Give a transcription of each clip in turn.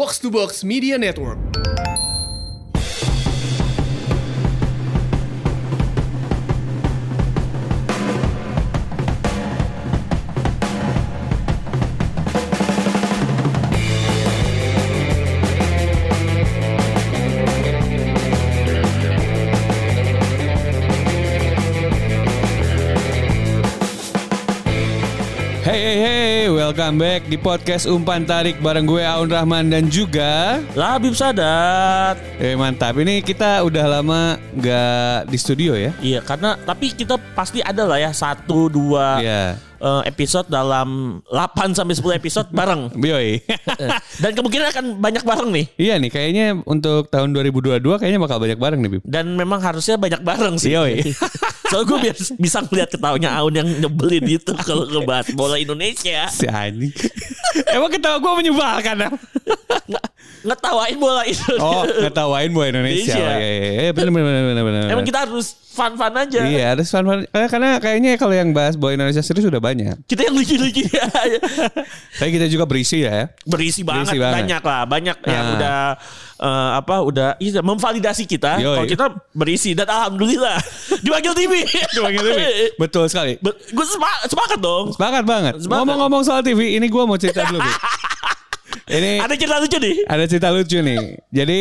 Box to Box Media Network. Hey, welcome back di podcast Umpan Tarik bareng gue Aun Rahman dan juga Labib Sadat. Mantap, ini kita udah lama gak di studio ya. Iya, karena tapi kita pasti ada lah ya 1-2 episode dalam 8 sampai 10 episode bareng. Yoi. Dan kemungkinan akan banyak bareng nih. Iya nih, kayaknya untuk tahun 2022 kayaknya bakal banyak bareng nih, Bib. Dan memang harusnya banyak bareng sih. Yoi. Soalnya gue bisa ngeliat ketawanya Aun yang nyebelin gitu kalau ngebahas bola Indonesia. Si anjing. Emang ketawa gue menyebalkan. Ngetawain bola Indonesia. Oh, ngetawain bola Indonesia. Iya, benar. Emang kita harus fun-fun aja. Iya, harus fun-fun. Karena kayaknya kalau yang bahas bola Indonesia serius sudah banyak. Kita yang lucu-lucu aja. Tapi kita juga berisi ya. Berisi banget. Banyak yang udah memvalidasi kita. Kalau kita berisi dan alhamdulillah dipanggil TV. Betul sekali. Gue sepakat dong. Sepakat banget. Ngomong-ngomong soal TV, ini gue mau cerita dulu. Ini ada cerita lucu nih. Ada cerita lucu nih. Jadi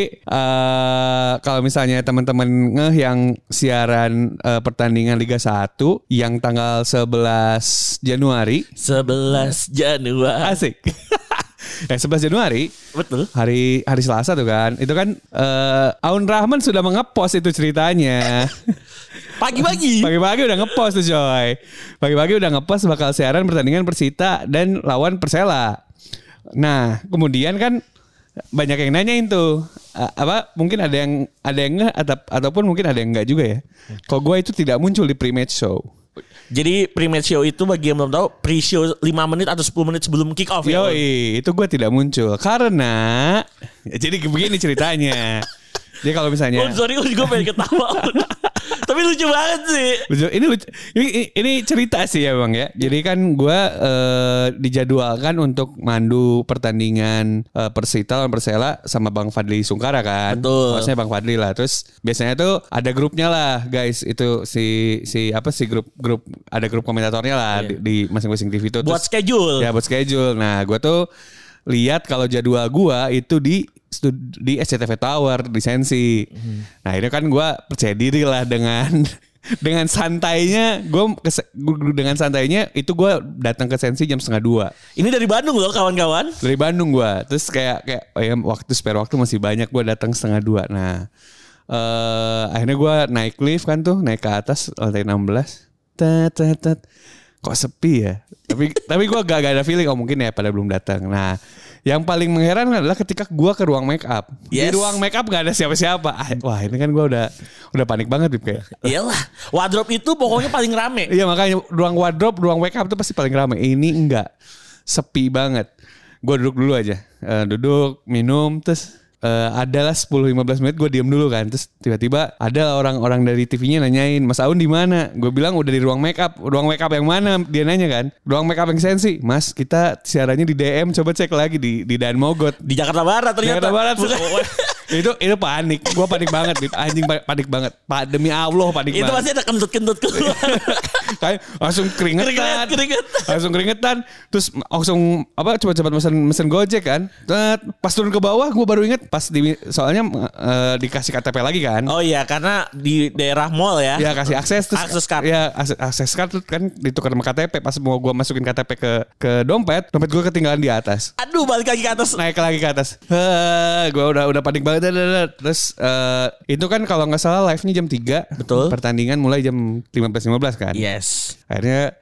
kalau misalnya teman-teman yang siaran pertandingan Liga 1 yang tanggal 11 Januari. 11 Januari. Asik. 11 Januari. Betul. Hari Selasa tuh kan. Itu kan Aun Rahman sudah ngepost itu ceritanya. Pagi-pagi udah ngepost tuh coy. Pagi-pagi udah ngepost bakal siaran pertandingan Persita dan lawan Persela. Nah, kemudian kan banyak yang nanyain tuh mungkin ada yang nggak ataupun mungkin ada yang nggak juga ya. Kok gue itu tidak muncul di pre-match show. Jadi pre-match show itu bagi yang belum tahu, pre-show 5 menit atau 10 menit sebelum kick off. Yoi, itu gue tidak muncul karena jadi begini ceritanya. Jadi kalau misalnya sorry gue pengen ketawa. Tapi lucu banget sih. Ini lucu. Ini cerita sih ya Bang ya. Jadi kan gue dijadwalkan untuk mandu pertandingan Persita lawan Persela sama Bang Fadli Sungkara kan. Betul. Maksudnya Bang Fadli lah. Terus biasanya tuh ada grupnya lah guys. Itu si grup ada grup komentatornya lah di masing-masing TV itu. Buat schedule. Ya buat schedule. Nah gue tuh lihat kalau jadwal gue itu di SCTV Tower di Sensi. Nah ini kan gue percaya diri lah dengan santainya itu gue datang ke Sensi jam 1:30. Ini dari Bandung loh kawan-kawan. Dari Bandung gue. Terus kayak spare waktu masih banyak, gue datang 1:30. Nah akhirnya gue naik lift kan tuh, naik ke atas lantai 16. Kok sepi ya? Tapi gue gak ada feeling mungkin ya pada belum datang. Nah, yang paling mengherankan adalah ketika gue ke ruang make up. Yes. Di ruang make up gak ada siapa-siapa. Wah, ini kan gue udah panik banget kayak. Iyalah, wardrobe itu pokoknya paling rame. Iya, makanya ruang wardrobe, ruang make up itu pasti paling rame. Ini enggak. Sepi banget. Gue duduk dulu aja. Duduk, minum, terus adalah 10-15 menit gue diem dulu kan. Terus tiba-tiba ada orang-orang dari TV-nya nanyain, Mas Aun di mana? Gue bilang udah di ruang make up. Ruang make up yang mana? Dia nanya kan. Ruang make up yang Sensi. Mas, kita siarannya di DM, coba cek lagi di Dan Mogot. Di Jakarta Barat ternyata. Jakarta Barat. Itu panik. Gue panik banget. Anjing panik banget. Demi Allah panik itu banget. Itu pasti ada kentut-kentut keluar. Kayak langsung keringetan. Langsung keringetan. Terus langsung cepat-cepat mesen Gojek kan. Pas turun ke bawah gue baru inget soalnya dikasih KTP lagi kan. Oh iya, karena di daerah mall ya. Ya kasih akses terus. Akses card. Ya akses card kan ditukar sama KTP. Pas mau gue masukin KTP ke dompet gue ketinggalan di atas. Aduh, balik lagi ke atas. Naik lagi ke atas. Gue udah panik banget. Terus itu kan kalau nggak salah live-nya jam 3. Betul. Pertandingan mulai jam 15.15 kan. Yes. Akhirnya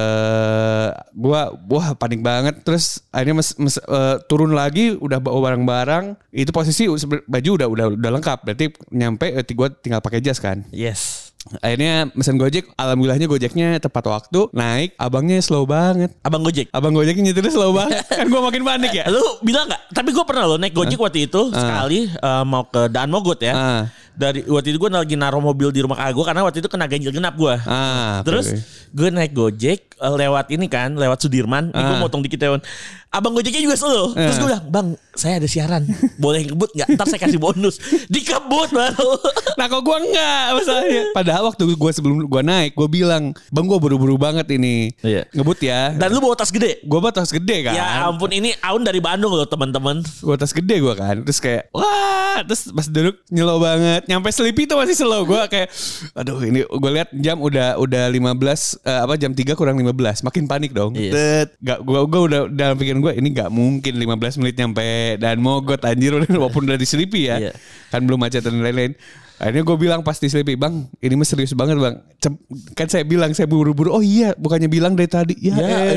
gue panik banget. Terus akhirnya turun lagi udah bawa barang-barang. Itu posisi baju udah lengkap. Berarti nyampe gue tinggal pakai jas kan. Yes. Akhirnya mesen Gojek. Alhamdulillahnya Gojeknya tepat waktu. Naik. Abangnya slow banget. Abang Gojeknya nyetirnya slow banget. Kan gue makin panik ya. Lu bilang gak? Tapi gue pernah naik Gojek waktu itu sekali mau ke Dan Mogot ya. Dari waktu itu gue lagi naruh mobil di rumah kakak gue karena waktu itu kena ganjil genap gue. Terus gue naik Gojek lewat ini kan, lewat Sudirman. Gue motong dikit ya. abang Gojeknya juga slow. Terus gue bilang, bang saya ada siaran, boleh ngebut nggak? Ntar saya kasih bonus. Dikebut baru. Nah kok gue enggak masalahnya. Padahal waktu gue sebelum gue naik, gue bilang, bang gue buru-buru banget ini. Ngebut ya. Dan lu bawa tas gede. Gue bawa tas gede kan. Ya ampun, ini Aun dari Bandung loh teman-teman. Gue tas gede gue kan. Terus kayak wah. Terus pas duduk nyelo banget. Nyampe Sleepy tuh masih slow. Gue kayak aduh ini gue lihat jam udah 15 jam 3 kurang 15. Makin panik dong. Gue udah dalam pikiran gue ini gak mungkin 15 menit nyampe dan mogot anjir walaupun udah di Sleepy ya. Kan belum macet dan lain-lain. Akhirnya gue bilang pas di Sleepy, bang ini mah serius banget bang. Kan saya bilang saya buru-buru. Oh iya bukannya bilang dari tadi. Ya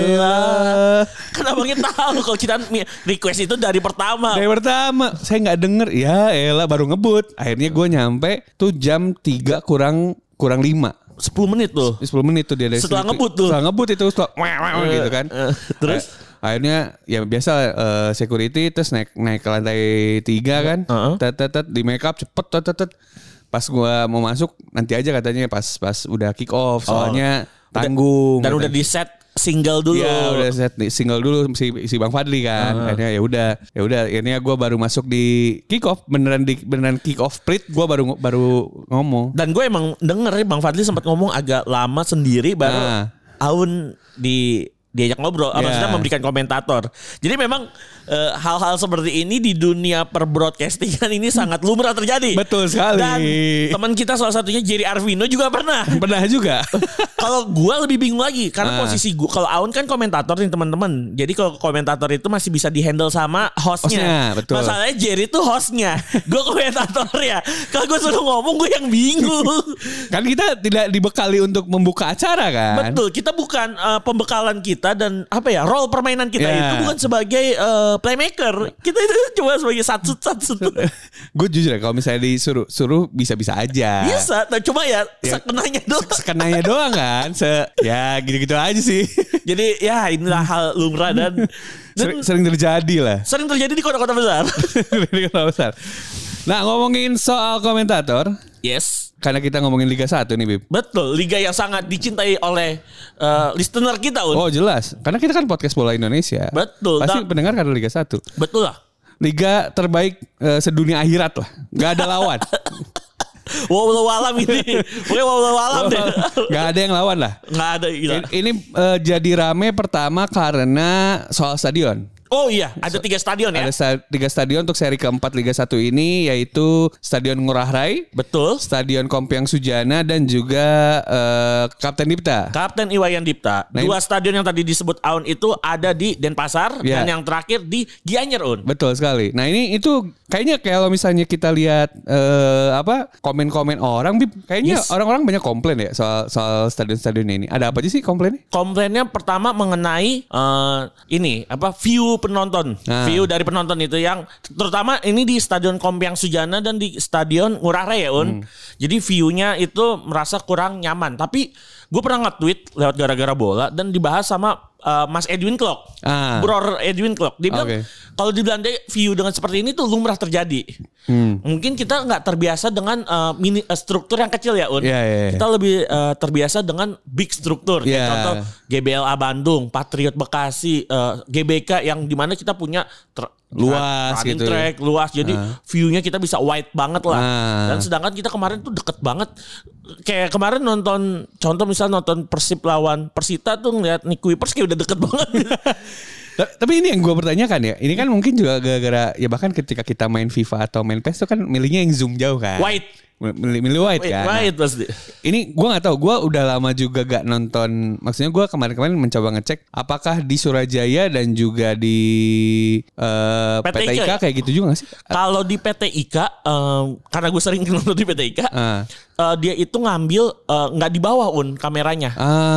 elah. Kan abangnya tahu kalau kita request itu dari pertama. Dari pertama. Saya gak denger. Ya elah baru ngebut. Akhirnya gue nyampe tuh jam 3 kurang 5. 10 menit tuh. 10 menit tuh dia dari setelah Sleepy. ngebut tuh. Setelah ngebut itu gitu kan. Terus akhirnya ya biasa security terus naik ke lantai 3 kan. Di make up cepet pas gua mau masuk nanti aja katanya pas udah kick off soalnya tanggung dan udah di set single dulu. Iya udah set single dulu si Bang Fadli kan. Akhirnya ya udah akhirnya gua baru masuk di kick off beneran kick off prit gua baru ngomong. Dan gue emang denger Bang Fadli sempat ngomong agak lama sendiri baru Aun diajak ngobrol, maksudnya memberikan komentator. Jadi memang hal-hal seperti ini di dunia perbroadcastingan ini sangat lumrah terjadi. Betul sekali. Dan teman kita salah satunya Jerry Arvino juga pernah juga. Kalau gue lebih bingung lagi karena posisi gue, kalau Aun kan komentator nih teman-teman. Jadi kalau komentator itu masih bisa dihandle sama hostnya. Betul. Masalahnya Jerry tuh hostnya, gue komentator ya. Kalau gue suruh ngomong gue yang bingung. Kan kita tidak dibekali untuk membuka acara kan. Betul, kita bukan pembekalan kita dan apa ya role permainan kita itu bukan sebagai playmaker, kita itu cuma sebagai satsut. Gue jujur ya kalau misalnya disuruh bisa aja. Bisa, nah cuma ya sekenanya doang. Sekenanya doang kan, ya gitu-gitu aja sih. Jadi ya inilah hal lumrah dan sering terjadi lah. Sering terjadi di kota-kota besar. Di kota besar. Nah ngomongin soal komentator. Yes. Karena kita ngomongin Liga 1 nih Bib. Betul, liga yang sangat dicintai oleh listener kita Oh jelas, karena kita kan podcast bola Indonesia. Betul. Pasti pendengar karena Liga 1. Betul lah. Liga terbaik sedunia akhirat lah. Gak ada lawan. Walau alam ini. Pokoknya walau alam deh. Gak ada yang lawan lah. Gak ada. Ini jadi rame pertama karena soal stadion. Oh iya, ada 3 stadion ya. Ada 3 stadion untuk seri keempat Liga 1 ini, yaitu Stadion Ngurah Rai, betul, Stadion Kompiang Sujana dan juga Kapten Dipta. Kapten Iwayan Dipta. 2 stadion yang tadi disebut Aun itu ada di Denpasar dan yang terakhir di Gianyar Un. Betul sekali. Nah ini itu kayaknya kalau misalnya kita lihat komen-komen orang, Bib, kayaknya orang-orang banyak komplain ya soal stadion-stadion ini. Ada apa aja sih komplainnya? Komplainnya pertama mengenai view penonton, view dari penonton itu yang terutama ini di Stadion Kompiang Sujana dan di Stadion Ngurah Rai ya Un. Jadi view-nya itu merasa kurang nyaman. Tapi gue pernah nge-tweet lewat gara-gara bola dan dibahas sama Mas Edwin Klok, Bror Edwin Klok. Dia bilang kalau di Belanda view dengan seperti ini tuh lumrah terjadi. Mungkin kita nggak terbiasa dengan struktur yang kecil ya Un. Kita lebih terbiasa dengan big struktur. Kayak contoh GBLA Bandung, Patriot Bekasi, GBK yang dimana kita punya luas gitu, track luas, jadi view-nya kita bisa wide banget lah. Dan sedangkan kita kemarin tuh deket banget. Kayak kemarin nonton, contoh misalnya nonton Persib lawan Persita tuh ngeliat Nick Kuipers kayak udah deket banget. Tapi ini yang gue pertanyakan ya, ini kan mungkin juga gara-gara ya bahkan ketika kita main FIFA atau main PES tuh kan milihnya yang zoom jauh kan. Milih wide kan. Wide pasti. Ini gue nggak tahu, gue udah lama juga gak nonton. Maksudnya gue kemarin mencoba ngecek apakah di Surajaya dan juga di PT IKA kayak gitu juga gak sih? Kalau di PT IKA, karena gue sering nonton di PT IKA, dia itu ngambil nggak di bawah kameranya,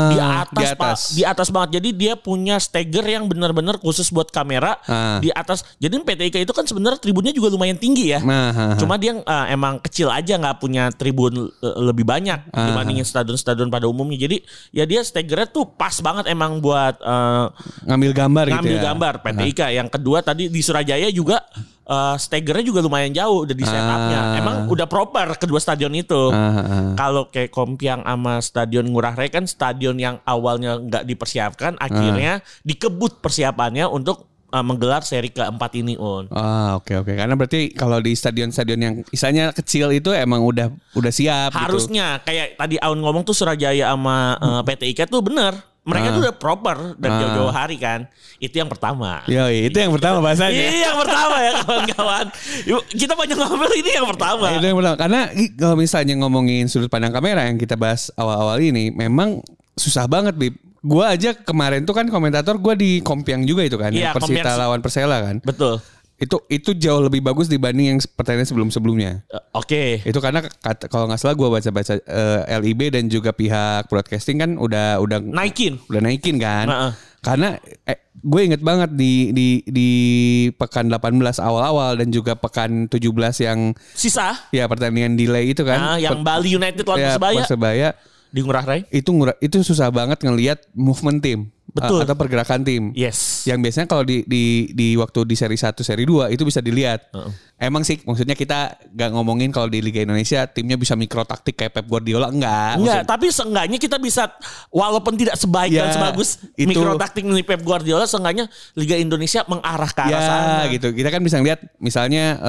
di atas banget. Jadi dia punya stagger yang benar-benar khusus buat kamera di atas. Jadi PT IKA itu kan sebenarnya tribunnya juga lumayan tinggi ya. Cuma dia emang kecil aja, nggak punya tribun lebih banyak dibandingin stadion-stadion pada umumnya. Jadi ya dia staggernya tuh pas banget emang buat ngambil gambar PT IKA. Yang kedua tadi di Surajaya juga staggernya juga lumayan jauh udah di setupnya. Emang udah proper kedua stadion itu. Kalau kayak Kompiang sama Stadion Ngurah Rai kan stadion yang awalnya nggak dipersiapkan, akhirnya dikebut persiapannya untuk menggelar seri keempat ini, Un. Oke. Karena berarti kalau di stadion-stadion yang misalnya kecil itu emang udah siap. Harusnya gitu. kayak tadi Aun ngomong tuh Surajaya sama PT IKA tuh bener. Mereka tuh udah proper dan jauh-jauh hari kan. Itu yang pertama. Itu yang pertama bahasanya. Ini yang pertama ya kawan-kawan. Yuk, kita banyak ngomel, ini yang pertama. Itu yang pertama. Karena kalau misalnya ngomongin sudut pandang kamera yang kita bahas awal-awal ini, memang susah banget, Bib. Gua aja kemarin tuh kan komentator gue di Kompiang juga itu kan. Iya, Persita lawan Persela kan. Betul. Itu jauh lebih bagus dibanding yang pertandingan sebelum-sebelumnya. Oke. Itu karena kalau nggak salah gue baca-baca LIB dan juga pihak broadcasting kan udah naikin kan. Karena gue inget banget di pekan 18 awal-awal dan juga pekan 17 yang sisa. Ya pertandingan delay itu kan. Yang Bali United lawan Persebaya di Ngurah Rai. Itu susah banget ngelihat movement tim. Betul. Atau pergerakan tim. Yes. Yang biasanya kalau di waktu di seri 1, seri 2 itu bisa dilihat. Emang sih maksudnya kita gak ngomongin kalau di Liga Indonesia timnya bisa mikro taktik kayak Pep Guardiola enggak, tapi seenggaknya kita bisa walaupun tidak sebaik dan sebagus mikro taktik dari Pep Guardiola, seenggaknya Liga Indonesia mengarah ke arah sana. Gitu. Kita kan bisa ngeliat misalnya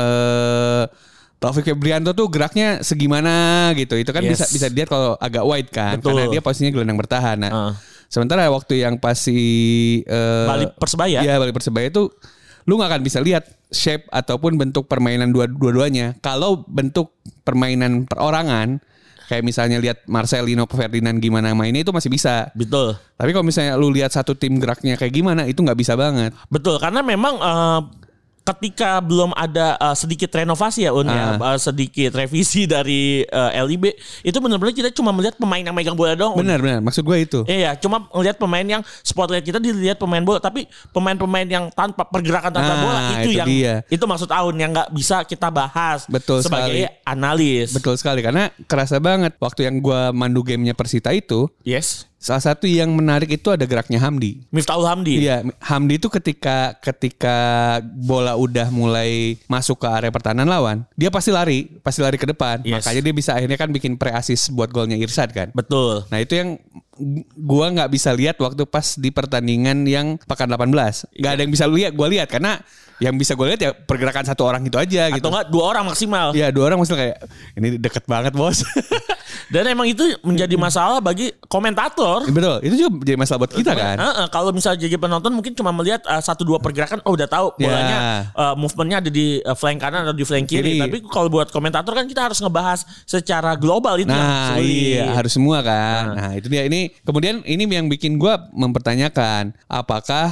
Taufik Febrianto tuh geraknya segimana gitu. Itu kan bisa dilihat kalau agak wide kan. Betul. Karena dia posisinya gelandang bertahan. Sementara waktu yang pas Bali Persebaya. Iya, Bali Persebaya itu lu gak akan bisa lihat shape ataupun bentuk permainan dua-duanya. Kalau bentuk permainan perorangan kayak misalnya lihat Marcelino Ferdinand gimana mainnya itu masih bisa. Betul. Tapi kalau misalnya lu lihat satu tim geraknya kayak gimana itu nggak bisa banget. Betul, karena memang ketika belum ada sedikit renovasi ya Un ya, sedikit revisi dari LIB, itu benar-benar kita cuma melihat pemain yang megang bola doang. Benar, maksud gue itu. Iya, cuma melihat pemain yang spotlight kita dilihat pemain bola, tapi pemain-pemain yang tanpa pergerakan tanpa bola itu yang dia. Itu maksud Aun yang nggak bisa kita bahas. Betul sebagai sekali. Analis. Betul sekali, karena kerasa banget waktu yang gue mandu gamenya Persita itu. Yes. Salah satu yang menarik itu ada geraknya Hamdi. Miftahul Hamdi. Iya, Hamdi itu ketika bola udah mulai masuk ke area pertahanan lawan, dia pasti lari ke depan. Yes. Makanya dia bisa akhirnya kan bikin pre-assist buat golnya Irsad kan. Betul. Nah, itu yang gua nggak bisa lihat waktu pas di pertandingan yang pekan 18. Nggak ada yang bisa gua lihat karena yang bisa gue lihat ya pergerakan satu orang itu aja gitu. Atau enggak 2 orang maksimal. Iya 2 orang maksimal, kayak ini deket banget bos. Dan emang itu menjadi masalah bagi komentator. Betul, itu juga jadi masalah buat kita kan. Kalau misalnya jadi penonton mungkin cuma melihat 1-2 pergerakan, udah tahu bolanya movementnya ada di flank kanan atau di flank kiri. Tapi kalau buat komentator kan kita harus ngebahas secara global itu. Nah iya harus semua kan. Nah itu dia, ini kemudian ini yang bikin gue mempertanyakan apakah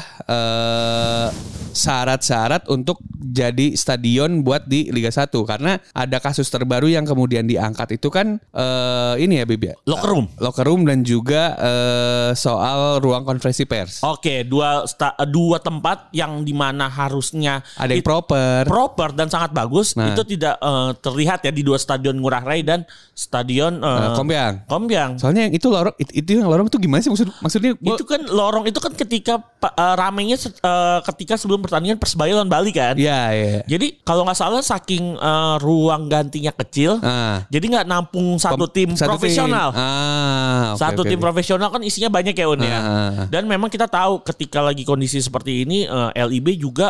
syarat-syarat untuk jadi stadion buat di Liga 1, karena ada kasus terbaru yang kemudian diangkat itu kan ini ya Bib ya, locker room dan juga soal ruang konferensi pers. Oke, dua tempat yang dimana harusnya ada yang proper dan sangat bagus. Itu tidak terlihat ya di 2 stadion Ngurah Rai dan stadion Kompiang. Soalnya yang itu lorong itu gimana sih maksudnya? Itu kan lorong itu kan ketika ramenya ketika sebelum pertandingan Persebaya lawan Bali kan. Iya. Jadi kalau nggak salah saking ruang gantinya kecil, jadi nggak nampung satu tim profesional. Tim profesional kan isinya banyak ya Un ya. Dan memang kita tahu ketika lagi kondisi seperti ini, LIB juga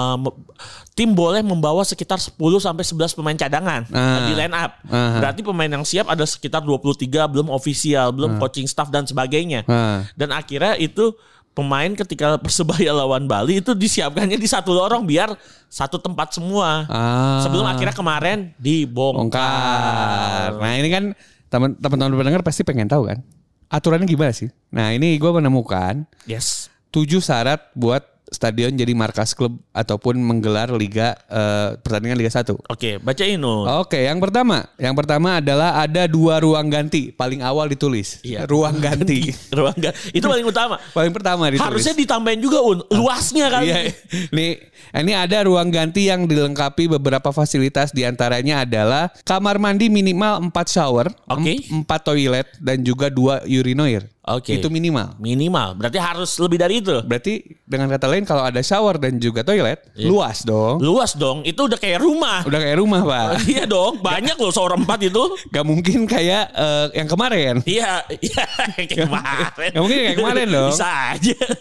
tim boleh membawa sekitar 10 sampai 11 pemain cadangan di line up. Berarti pemain yang siap ada sekitar 23, belum ofisial, belum coaching staff dan sebagainya. Dan akhirnya itu pemain ketika Persebaya lawan Bali itu disiapkannya di satu lorong biar satu tempat semua. Sebelum akhirnya kemarin dibongkar. Nah ini kan teman-teman pendengar pasti pengen tahu kan aturannya gimana sih. Nah ini gue menemukan 7 syarat buat stadion jadi markas klub ataupun menggelar pertandingan Liga 1. Oke, bacain Nun. Oke, yang pertama adalah ada 2 ruang ganti. Paling awal ditulis. Ruang ganti. Itu paling utama. Paling pertama ditulis. Harusnya ditambahin juga luasnya kali. Ini ada ruang ganti yang dilengkapi beberapa fasilitas, diantaranya adalah kamar mandi minimal 4 shower, 4 toilet dan juga 2 urinoir. Itu minimal. Berarti harus lebih dari itu. Berarti dengan kata lain kalau ada shower dan juga toilet, luas dong. Itu udah kayak rumah. Pak. Iya dong. Banyak loh shower 4 itu. Gak mungkin kayak yang kemarin. Iya, kayak kemarin. Gak mungkin kayak kemarin dong. Bisa aja.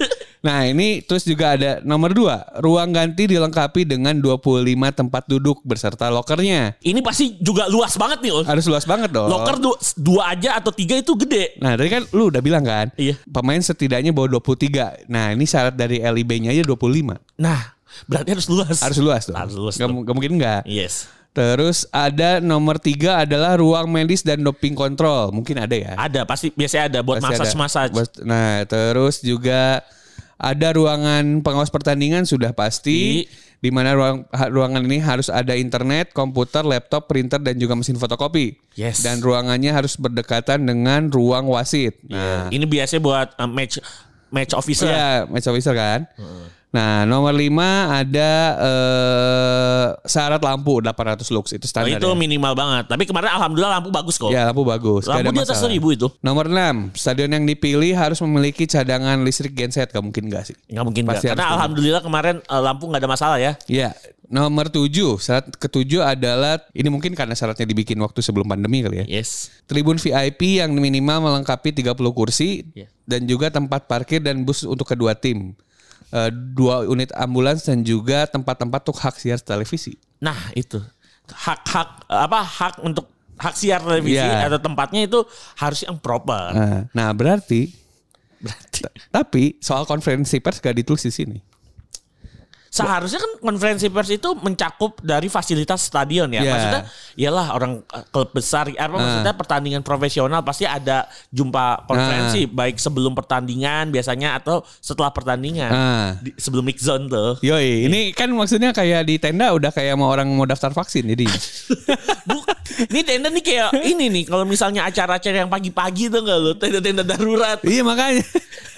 Nah ini terus juga ada nomor 2, ruang ganti dilengkapi dengan 25 tempat duduk beserta lokernya. Ini pasti juga luas banget nih, On. Harus luas banget dong. Loker 2 aja atau 3 itu gede. Nah tadi kan lu udah bilang kan, Iya. pemain setidaknya bawa 23. Nah ini syarat dari LIB-nya aja 25. Nah, berarti harus luas. Harus luas dong. Harus luas Gak dong. mungkin enggak. Yes. Terus ada nomor 3 adalah ruang medis dan doping kontrol. Mungkin ada ya. Ada, pasti biasanya ada buat Pasti ada. massage. Nah terus juga ada ruangan pengawas pertandingan sudah pasti. Di mana ruangan ini harus ada internet, komputer, laptop, printer dan juga mesin fotokopi. Yes. Dan ruangannya harus berdekatan dengan ruang wasit. Nah, Ini biasanya buat match officer. iya, match officer kan. Nah, nomor 5 ada syarat lampu 800 lux, itu standar. itu ya. minimal banget. Tapi kemarin alhamdulillah lampu bagus kok. Ya, lampu bagus. Gak ada Lampu di atas masalah. 1000 itu. Nomor 6, stadion yang dipilih harus memiliki cadangan listrik genset. Gak mungkin gak sih? Nggak mungkin nggak. Pasti Karena harus alhamdulillah kemarin lampu nggak ada masalah ya. Ya, nomor 7, syarat ke-7 adalah, ini mungkin karena syaratnya dibikin waktu sebelum pandemi kali ya. Yes. Tribun VIP yang minimal melengkapi 30 kursi Yeah. dan juga tempat parkir dan bus untuk kedua tim. 2 unit ambulans dan juga tempat-tempat untuk hak siar televisi. Nah itu hak untuk hak siar televisi Yeah. atau tempatnya itu harus yang proper. Nah, berarti tapi soal konferensi pers gak ditulis di sini. Seharusnya kan konferensi pers itu mencakup dari fasilitas stadion ya. Yeah. Maksudnya iyalah orang klub besar maksudnya pertandingan profesional pasti ada jumpa konferensi baik sebelum pertandingan biasanya atau setelah pertandingan. Sebelum mix zone tuh. Yoi, ini kan maksudnya kayak di tenda udah kayak mau orang mau daftar vaksin jadi. Ini tenda nih kayak ini nih kalau misalnya acara-acara yang pagi-pagi tuh enggak lo tenda-tenda darurat. Iya makanya.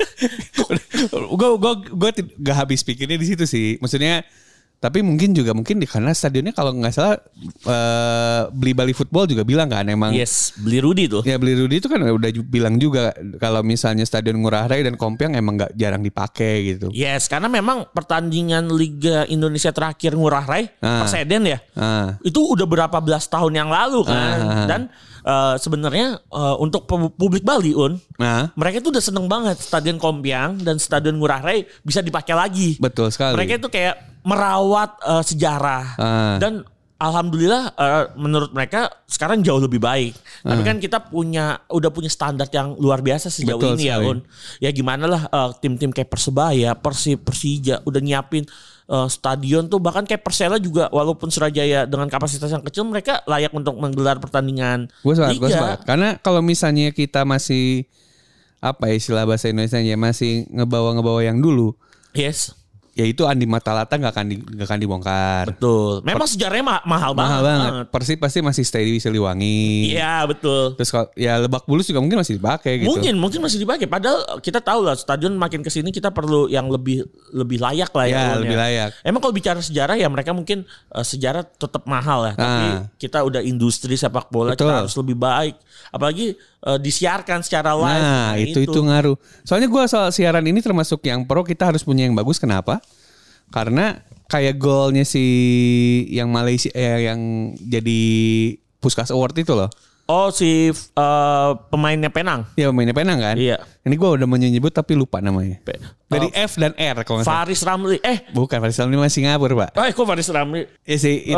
Gue gak habis pikirnya di situ sih. Maksudnya tapi mungkin karena stadionnya kalau nggak salah beli Bali Football juga bilang kan emang. Yes, beli Rudy tuh. Ya beli Rudy itu kan udah bilang juga kalau misalnya stadion Ngurah Rai dan Kompiang emang nggak jarang dipakai gitu. Yes, karena memang pertandingan Liga Indonesia terakhir Ngurah Rai, Perseden ya, itu udah berapa belas tahun yang lalu kan. Dan sebenarnya untuk publik Bali mereka itu udah seneng banget stadion Kompiang dan stadion Ngurah Rai bisa dipakai lagi. Betul sekali. Mereka itu kayak merawat sejarah dan alhamdulillah menurut mereka sekarang jauh lebih baik. Tapi kan kita udah punya standar yang luar biasa sejauh Betul ini sekali. ya, Un. Ya gimana lah tim-tim kayak Persebaya, Persib, Persija udah nyiapin stadion tuh, bahkan kayak Persela juga walaupun Surajaya dengan kapasitas yang kecil mereka layak untuk menggelar pertandingan Gue liga. sepakat. Karena kalau misalnya kita masih apa ya istilah bahasa Indonesianya masih ngebawa yang dulu. Yes. Ya itu Andi Matalata nggak akan dibongkar. Betul. Memang sejarahnya mahal banget. Persib pasti masih stay di Siliwangi. Iya betul. Terus kalau ya Lebak Bulus juga mungkin masih dipakai gitu. Mungkin masih dipakai. Padahal kita tahu lah stadion makin kesini kita perlu yang lebih layak lah ya. Lebih layak. Emang kalau bicara sejarah ya mereka mungkin sejarah tetap mahal ya. Tapi kita udah industri sepak bola Betul. kita harus lebih baik. Apalagi disiarkan secara live. Nah itu ngaruh. Soalnya gue soal siaran ini termasuk yang pro kita harus punya yang bagus. Kenapa? Karena kayak golnya si yang Malaysia yang jadi Puskas Award itu loh. Oh si pemainnya Penang. Ya pemainnya Penang kan. Iya. Ini gue udah menyebut tapi lupa namanya. Dari F dan R kalau nggak salah. Faris Ramli. Bukan Faris Ramli masih Singapura pak. Kok Faris Ramli? Ya sih.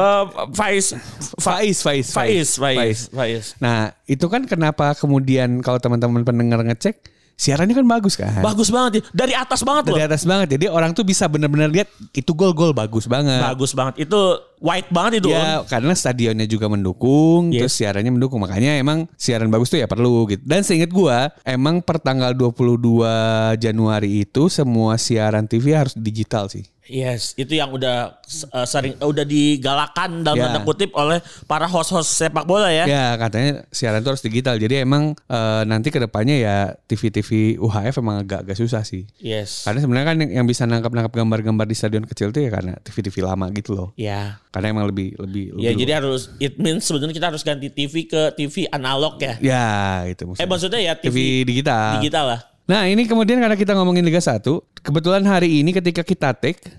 Faiz. Nah itu kan kenapa kemudian kalau teman-teman pendengar ngecek siarannya kan bagus kan. Bagus banget ya. Dari atas banget loh. Dari atas banget. Jadi orang tuh bisa benar-benar lihat itu gol bagus banget. Bagus banget. Itu white banget itu. Ya karena stadionnya juga mendukung. Yes. Terus siarannya mendukung. Makanya emang siaran bagus tuh ya perlu gitu. Dan seingat gua emang per tanggal 22 Januari itu semua siaran TV harus digital sih. Yes, itu yang udah udah digalakan dalam tanda kutip oleh para host-host sepak bola ya. Ya katanya siaran itu harus digital. Jadi emang nanti kedepannya ya TV UHF emang agak susah sih. Yes. Karena sebenarnya kan yang bisa nangkap gambar-gambar di stadion kecil tuh ya karena TV lama gitu loh. Ya. Karena emang lebih. Ya jadi it means sebenarnya kita harus ganti TV ke TV analog ya. Ya itu maksudnya. Maksudnya ya TV digital. Digital lah. Nah ini kemudian karena kita ngomongin Liga 1, kebetulan hari ini ketika kita take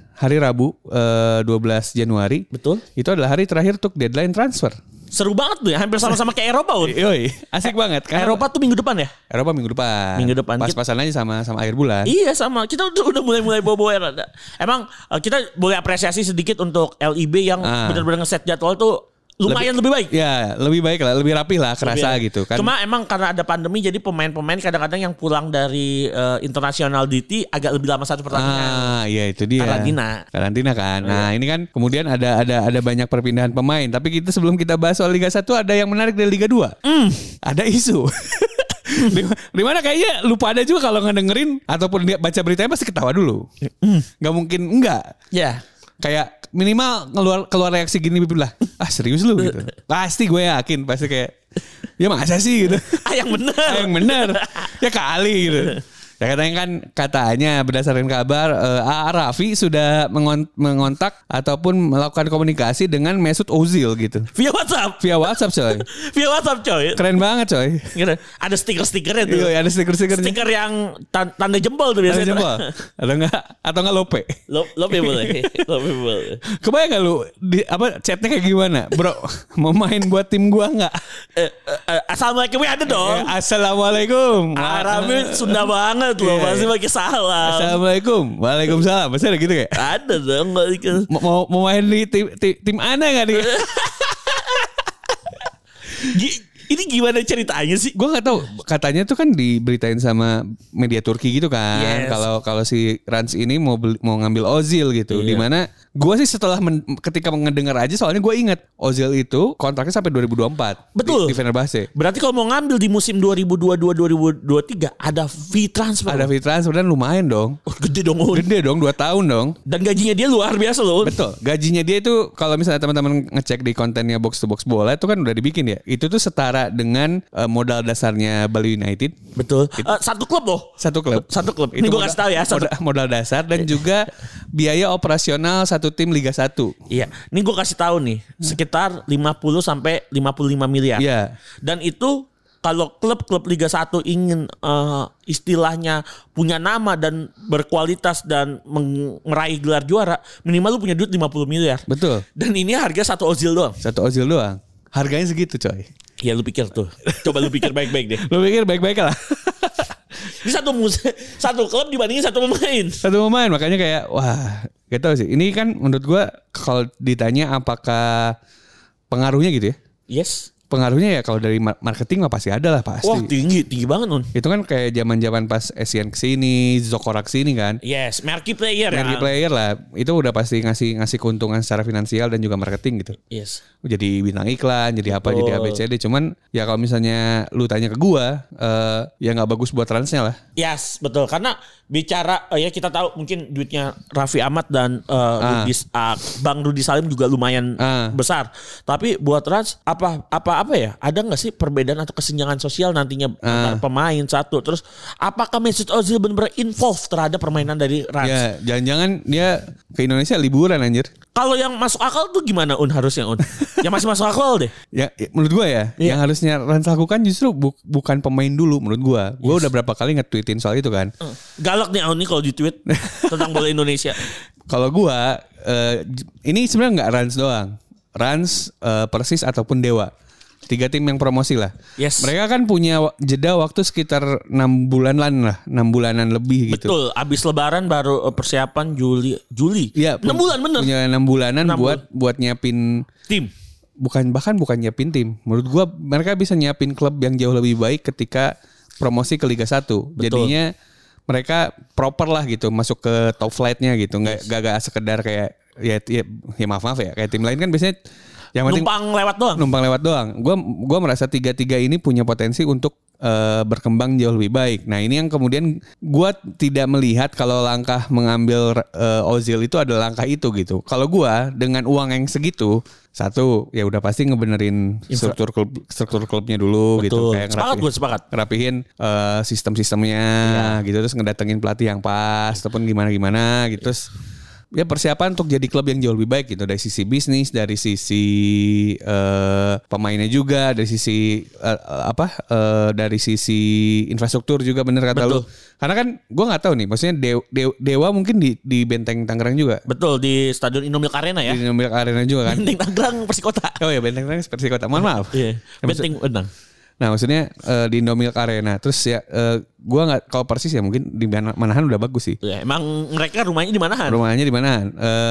hari Rabu 12 Januari. Betul. Itu adalah hari terakhir untuk deadline transfer. Seru banget tuh ya, hampir sama-sama kayak Eropa. Yoi, asik banget. Eropa tuh minggu depan ya? Eropa minggu depan. Minggu depan. Pas-pasan aja sama akhir bulan. Iya sama. Kita udah mulai bawa-bawa. Emang kita boleh apresiasi sedikit untuk LIB yang benar-benar ngeset jadwal tuh lumayan lebih baik. Ya, lebih baik lah, lebih rapih lah, kerasa gitu kan. Cuma emang karena ada pandemi jadi pemain-pemain kadang-kadang yang pulang dari international duty agak lebih lama satu pertandingan. Iya itu dia. Karantina kan. Nah, ini kan kemudian ada banyak perpindahan pemain, tapi sebelum kita bahas soal Liga 1 ada yang menarik dari Liga 2. Ada isu. Dimana kayaknya lupa ada juga kalau ngedengerin ataupun dia baca beritanya pasti ketawa dulu. Gak mungkin enggak. Ya. Kayak minimal keluar reaksi gini lah. Serius lu gitu. Pasti gue yakin pasti kayak ya masa sih gitu. Yang bener. Ya kali gitu. Ya katanya berdasarkan kabar A.A. Raffi sudah mengontak ataupun melakukan komunikasi dengan Mesut Ozil gitu. Via WhatsApp coy. Via WhatsApp coy. Keren banget coy. Ada stiker-stikernya tuh. Iya, ada stiker-stikernya. Stiker yang tanda jempol tuh biasanya. Tanda jempol. Atau enggak lope. Lope boleh. Kebayang gak lu chatnya kayak gimana? Bro, mau main buat tim gua enggak? Assalamualaikum ada dong. Assalamualaikum. Arabnya Sunda banget loh, pasti pakai salam. Assalamualaikum. Waalaikumsalam. Pasti ada gitu kayak? Ada dong. Mau main di tim mana enggak nih? Ini gimana ceritanya sih? Gue nggak tahu. Katanya tuh kan diberitain sama media Turki gitu kan. Yes. Kalau si Rans ini mau ngambil Ozil gitu. Iya. Dimana gue sih setelah ketika mendengar aja, soalnya gue ingat Ozil itu kontraknya sampai 2024. Betul. Di Fenerbahce. Berarti kalau mau ngambil di musim 2022-2023 ada fee transfer. Ada fee transfer dan lumayan dong. Gede dong. Gede dong, 2 tahun dong. Dan gajinya dia luar biasa loh. Betul. Gajinya dia itu kalau misalnya teman-teman ngecek di kontennya Box to Box Bola itu kan udah dibikin ya. Itu tuh setara dengan modal dasarnya Bali United. Betul. Satu klub loh. Satu klub. Ini gue kasih tahu ya. Modal dasar dan juga biaya operasional satu tim Liga 1. Iya. Ini gue kasih tahu nih. Sekitar 50 sampai 55 miliar. Iya. Dan itu kalau klub-klub Liga 1 ingin istilahnya punya nama dan berkualitas dan meraih gelar juara, minimal lu punya duit 50 miliar. Betul. Dan ini harga satu Ozil doang. Satu Ozil doang. Harganya segitu coy. Ya lu pikir tuh. Coba lu pikir baik-baik deh. Lu pikir baik-baik lah. Ini satu klub dibandingin satu pemain. Satu pemain, makanya kayak wah, gak tau sih. Ini kan menurut gue kalau ditanya apakah pengaruhnya gitu ya. Yes. Pengaruhnya ya kalau dari marketing mah pasti ada lah pasti. Wah tinggi banget Nun. Itu kan kayak zaman pas Asian kesini, Zokora kesini kan. Yes, marquee player lah. Itu udah pasti ngasih keuntungan secara finansial dan juga marketing gitu. Yes. Jadi bintang iklan, jadi apa, jadi ABCD. Cuman ya kalau misalnya lu tanya ke gua, ya nggak bagus buat transnya lah. Yes, betul. Karena bicara ya kita tahu mungkin duitnya Raffi Ahmad dan Bang Rudi Salim juga lumayan besar. Tapi buat Rans apa ya? Ada nggak sih perbedaan atau kesenjangan sosial nantinya antara pemain satu? Terus apakah Mesut Ozil benar-benar involved terhadap permainan dari Rans? Ya, jangan-jangan dia ke Indonesia liburan anjir. Kalau yang masuk akal tuh gimana harusnya Yang masih masuk akal deh. Ya menurut gua ya, yang harusnya Rans lakukan justru bukan pemain dulu menurut gua. Gua udah berapa kali nge-tweetin soal itu kan. Galak nih nih kalau di tweet tentang bola Indonesia. Kalau gua ini sebenarnya nggak Rans doang. Rans, Persis ataupun Dewa. 3 tim yang promosi lah. Yes. Mereka kan punya jeda waktu sekitar 6 bulanan lebih gitu. Betul, abis lebaran baru persiapan Juli. Iya, 6 bulan bener. Punya 6 bulanan buat nyiapin tim. Bukan nyiapin tim. Menurut gua mereka bisa nyiapin klub yang jauh lebih baik ketika promosi ke Liga 1. Betul. Jadinya mereka proper lah gitu, masuk ke top flight-nya gitu. Gak sekedar kayak ya maaf ya, kayak tim lain kan biasanya yang numpang lewat doang. Gua merasa 3-3 ini punya potensi untuk berkembang jauh lebih baik. Nah ini yang kemudian gua tidak melihat kalau langkah mengambil Ozil itu adalah langkah itu gitu. Kalau gua dengan uang yang segitu, satu ya udah pasti ngebenerin struktur klubnya dulu. Betul. Gitu. Kayak ngerapihin sistem-sistemnya gitu, terus ngedatengin pelatih yang pas ataupun gimana gitu. Terus ya persiapan untuk jadi klub yang jauh lebih baik gitu, dari sisi bisnis, dari sisi pemainnya juga, dari sisi dari sisi infrastruktur juga, bener kata lu. Karena kan gue nggak tahu nih, maksudnya Dewa mungkin di Benteng Tangerang juga. Betul, di Stadion Indomilk Arena ya. Di Indomilk Arena juga kan. Benteng Tangerang Persikota. Oh ya, Benteng Tangerang Persikota. Mohon maaf. Iya. Benteng Benang. Nah maksudnya di Indomilk Arena. Terus ya gue nggak, kalau Persis ya mungkin di Manahan udah bagus sih. Ya, emang mereka rumahnya di Manahan. Rumahnya di Manahan.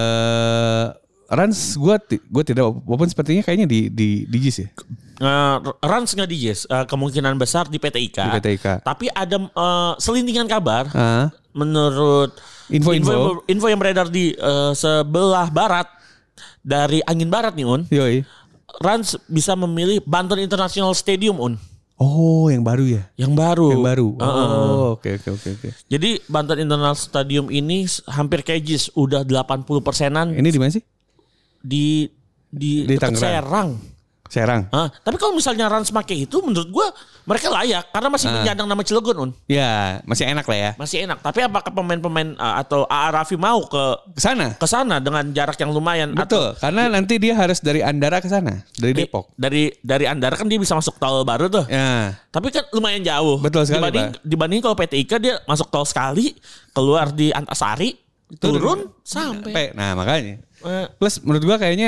Rans gue tidak, walaupun sepertinya kayaknya di JIS ya. Rans nggak di JIS, kemungkinan besar di PT IKA. Di PT IKA. Tapi ada selintingan kabar menurut info yang beredar di sebelah barat dari angin barat nih Un. Yoi. Rans bisa memilih Banten International Stadium Un. Oh, yang baru ya? Yang baru. Oh, oke. Jadi Banten International Stadium ini hampir kayak JIS, udah 80%-an. Ini di mana sih? Di Tangerang. Serang. Tapi kalau misalnya Rans make itu, menurut gue mereka layak karena masih menyandang nama Cilegon Un. Ya, masih enak lah ya. Masih enak. Tapi apakah pemain-pemain atau AA Raffi mau ke sana dengan jarak yang lumayan? Betul. Karena nanti dia harus dari Andara ke sana, dari Depok. Dari Andara kan dia bisa masuk tol baru tuh. Ya. Tapi kan lumayan jauh. Betul sekali. Dibanding kalau PT IKA dia masuk tol sekali, keluar di Antasari, turun sampai. Nah makanya. Plus menurut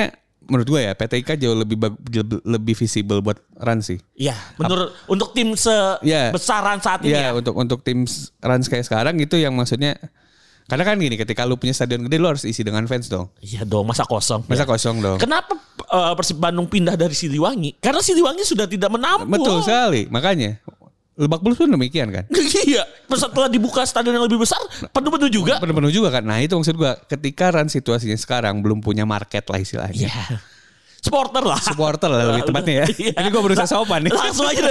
gue ya PT IKA jauh lebih visible buat Rans sih. Iya, untuk tim sebesaran saat ini ya. Untuk tim Rans kayak sekarang gitu, yang maksudnya, karena kan gini, ketika lu punya stadion gede lu harus isi dengan fans dong. Iya dong, masa kosong dong. Kenapa Persib Bandung pindah dari Siliwangi? Karena Siliwangi sudah tidak menampung. Betul sekali, makanya Lebak Bulus pun demikian kan. Iya, setelah dibuka stadion yang lebih besar, penuh-penuh juga. Penuh juga kan. Nah itu maksud gue, ketika Rans situasinya sekarang belum punya market lah istilahnya. Iya. Supporter lah lebih tepatnya ya. Iya. Ini gue berusaha sopan nih. Langsung aja.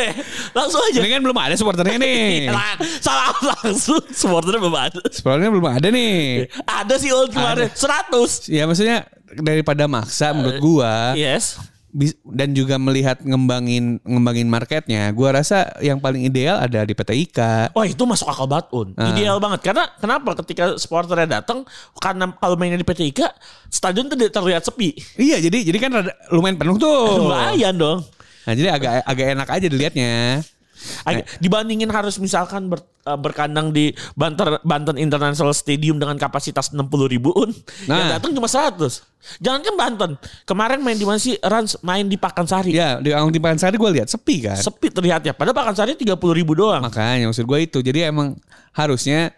Ini kan belum ada supporternya nih. Salah langsung. Supporternya belum ada nih. Ada sih kemarin 100. Ya maksudnya daripada maksa menurut gue. Yes. Dan juga melihat ngembangin marketnya, gue rasa yang paling ideal ada di PT IKA. Oh itu masuk akal banget Un. Ideal banget. Karena kenapa ketika supporternya datang, karena kalau mainnya di PT IKA, stadion tuh terlihat sepi. Iya, jadi kan lumayan penuh tuh. Lumayan dong. Nah jadi agak enak aja dilihatnya. Dibandingin harus misalkan berkandang di Banten International Stadium dengan kapasitas 60.000 Un, yang datang cuma 100. Jangankan Banten, kemarin main di mana sih Rans, main di Pakansari. Ya di Pakansari gue lihat sepi kan. Sepi terlihatnya, padahal Pakansari 30.000 doang. Makanya maksud gue itu, jadi emang harusnya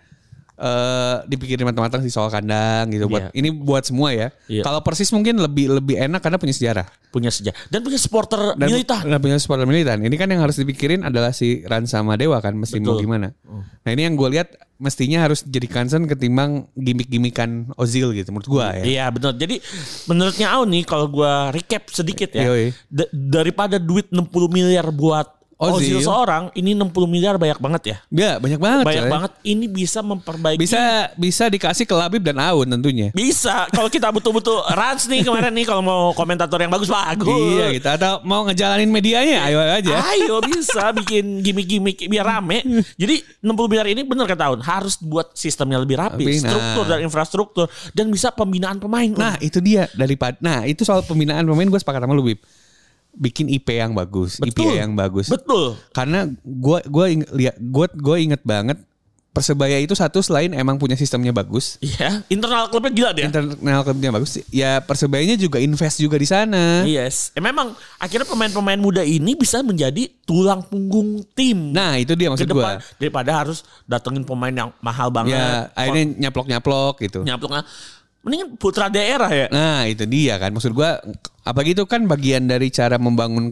dipikirin matang-matang sih soal kandang gitu. Ini buat semua ya. Kalau Persis mungkin lebih enak karena punya sejarah. Dan punya supporter militan. Dan punya supporter militan. Ini kan yang harus dipikirin adalah si Rans sama Dewa kan, mesti mau gimana. Nah ini yang gue lihat mestinya harus jadi concern ketimbang gimmick-gimmickan Ozil gitu menurut gue ya. Iya benar. Jadi menurutnya Aun nih, kalau gue recap sedikit ya. Daripada duit 60 miliar buat Ozil seorang, ini 60 miliar banyak banget ya. Ya banyak banget. Banyak banget. Ini bisa memperbaiki. Bisa dikasih ke Labib dan Aun tentunya. Bisa. Kalau kita butuh Rans nih kemarin nih, kalau mau komentator yang bagus. Iya gitu. Atau mau ngejalanin medianya, ayo aja. Ayo bisa bikin gimmick-gimmick biar rame. Jadi 60 miliar ini bener kata Aun, harus buat sistemnya lebih rapi, struktur dan infrastruktur, dan bisa pembinaan pemain. Nah itu dia itu soal pembinaan pemain gue sepakat sama lu Bib. Bikin IP yang bagus, IPA yang bagus. Betul. Karena gue inget banget Persebaya itu satu selain emang punya sistemnya bagus. Iya, internal klubnya gila dia. Internal klubnya bagus. Ya Persebayanya juga invest juga di sana. Yes. Memang akhirnya pemain-pemain muda ini bisa menjadi tulang punggung tim. Nah, itu dia maksud gue. Daripada harus datengin pemain yang mahal banget. Ya, akhirnya nyaplok-nyaplok gitu. Mendingan putra daerah ya. Nah itu dia kan, maksud gue apa gitu kan bagian dari cara membangun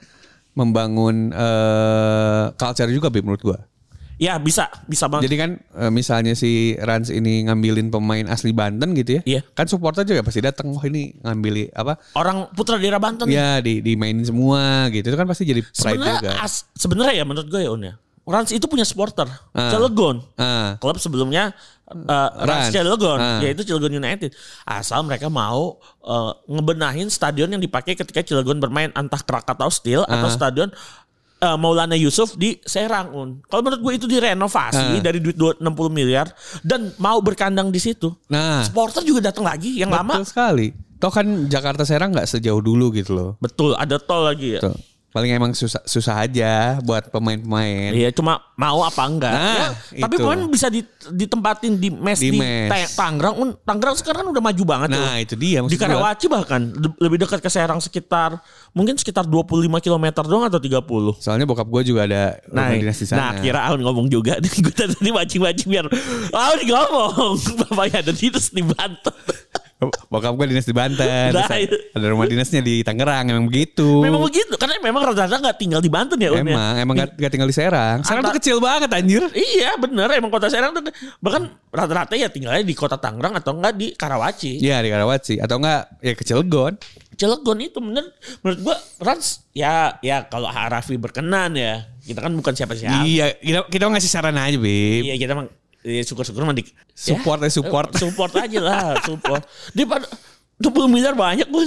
culture juga menurut gue. Ya bisa banget. Jadi kan misalnya si Rans ini ngambilin pemain asli Banten gitu ya. Iya. Kan supporter juga pasti datang, wah ini ngambil apa? Orang putra daerah Banten. Ya dimainin semua gitu. Itu kan pasti jadi pride juga. Sebenarnya ya menurut gue ya Un ya, Rans itu punya supporter Cilegon. Klub sebelumnya Rans Cilegon, yaitu Cilegon United. Asal mereka mau ngebenahin stadion yang dipakai ketika Cilegon bermain, entah Krakatau Steel atau stadion Maulana Yusuf di Serang, Un. Kalau menurut gue itu direnovasi dari duit 60 miliar dan mau berkandang di situ. Nah, supporter juga datang lagi yang lama. Betul sekali. Toh kan Jakarta Serang nggak sejauh dulu gitu loh. Betul, ada tol lagi ya. Tuh. Paling emang susah aja buat pemain-pemain. Iya, cuma mau apa enggak. Nah, tapi pemain bisa ditempatin di mes di Tangerang. Tangerang sekarang kan udah maju banget tuh. Nah, itu dia. Di Karawaci bahkan lebih dekat ke Serang sekitar 25 km doang atau 30. Soalnya bokap gue juga ada rumah dinas di sana. Nah, kira Aun ngomong juga. Gue tadi mancing-mancing biar Aun ngomong. Bapaknya ada dinas di Banten. Bokap gue dinas di Banten. Nah, ada rumah dinasnya di Tangerang. Emang begitu. Memang begitu. Karena memang rata-rata gak tinggal di Banten ya. Emang gak tinggal di Serang. Serang tuh kecil banget anjir. Iya bener. Emang kota Serang tuh bahkan rata-rata ya tinggalnya di kota Tangerang atau enggak di Karawaci. Iya di Karawaci. Atau enggak ya ke Cilegon. Cilegon itu menurut gue Rans ya kalau Harafi berkenan ya. Kita kan bukan siapa-siapa. Iya kita ngasih saran aja Bib. Iya kita syukur-syukur mah support aja lah support. Dia pada 20 miliar banyak pun.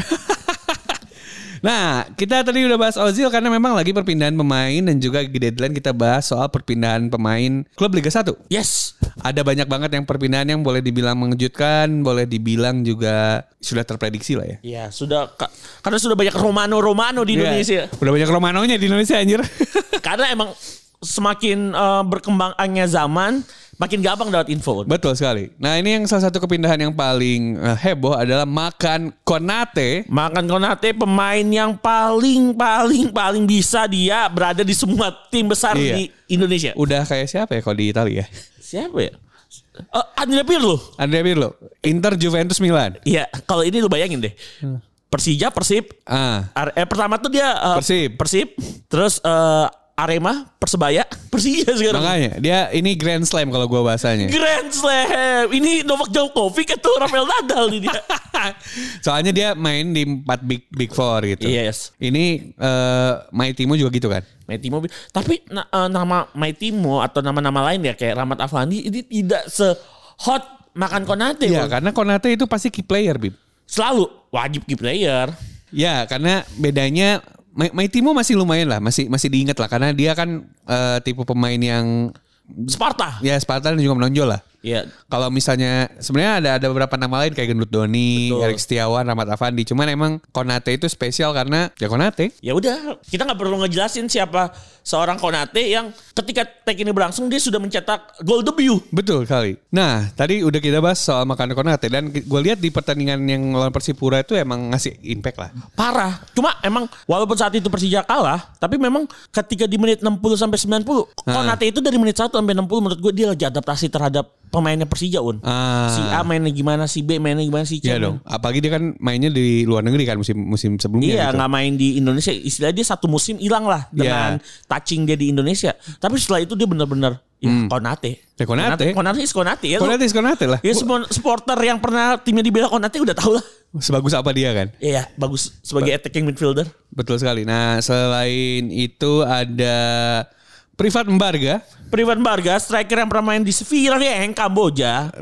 Nah, kita tadi udah bahas Ozil karena memang lagi perpindahan pemain dan juga di deadline kita bahas soal perpindahan pemain klub Liga 1. Yes. Ada banyak banget yang perpindahan yang boleh dibilang mengejutkan, boleh dibilang juga sudah terprediksi lah ya. Iya, karena sudah banyak Romano di Indonesia. Udah banyak Romanonya di Indonesia anjir. Karena emang semakin berkembangnya zaman, makin gampang dapat info. Betul sekali. Nah ini yang salah satu kepindahan yang paling heboh adalah Makan Konate. Makan Konate pemain yang paling bisa dia berada di semua tim besar di Indonesia. Udah kayak siapa ya kalau di Italia ya? Siapa ya? Andrea Pirlo. Inter, Juventus, Milan. Iya, kalau ini lu bayangin deh. Persija, Persib. Pertama tuh dia Persib. Terus Arema, Persebaya, Persija sekarang. Makanya dia ini Grand Slam kalau gua bahasanya. Grand Slam. Ini Novak Djokovic atau Rafael Nadal nih dia. Soalnya dia main di 4 big four gitu. Yes. Ini Maitimo juga gitu kan. Maitimo. Tapi nama Maitimo atau nama-nama lain ya kayak Rahmat Afandi ini tidak se-hot Makan Konate. Iya, karena Konate itu pasti key player, Bib. Selalu wajib key player. Ya, karena bedanya Maitimo masih lumayan lah, masih diingat lah karena dia kan tipe pemain yang Sparta. Ya Sparta dan juga menonjol lah. Iya. Kalau misalnya sebenarnya ada beberapa nama lain kayak Gendut Doni, Erik Setiawan, Rahmat Afandi. Cuman emang Konate itu spesial karena ya Konate. Ya udah, kita nggak perlu ngejelasin siapa seorang Konate yang ketika tag ini berlangsung dia sudah mencetak gol debut. Betul kali. Nah, tadi udah kita bahas soal Makan Konate dan gue lihat di pertandingan yang lawan Persipura itu emang ngasih impact lah. Parah. Cuma emang walaupun saat itu Persija kalah, tapi memang ketika di menit 60 sampai 90, Konate itu dari menit 1 sampai 60 menurut gue dia lagi adaptasi terhadap pemainnya Persija, Un. Si A mainnya gimana, si B mainnya gimana, si C. Iya dong. Apalagi dia kan mainnya di luar negeri kan musim sebelumnya. Iya, gitu. Nggak main di Indonesia. Istilahnya dia satu musim hilang lah dengan touching dia di Indonesia. Tapi setelah itu dia benar-benar Konate. Ya, Konate ya. Konate lah. Ya supporter yang pernah timnya dibela Konate udah tahu lah. Sebagus apa dia kan? Iya, bagus sebagai attacking midfielder. Betul sekali. Nah, selain itu ada Privat Mbarga, striker yang pernah main di Sevilla yang Kamboja.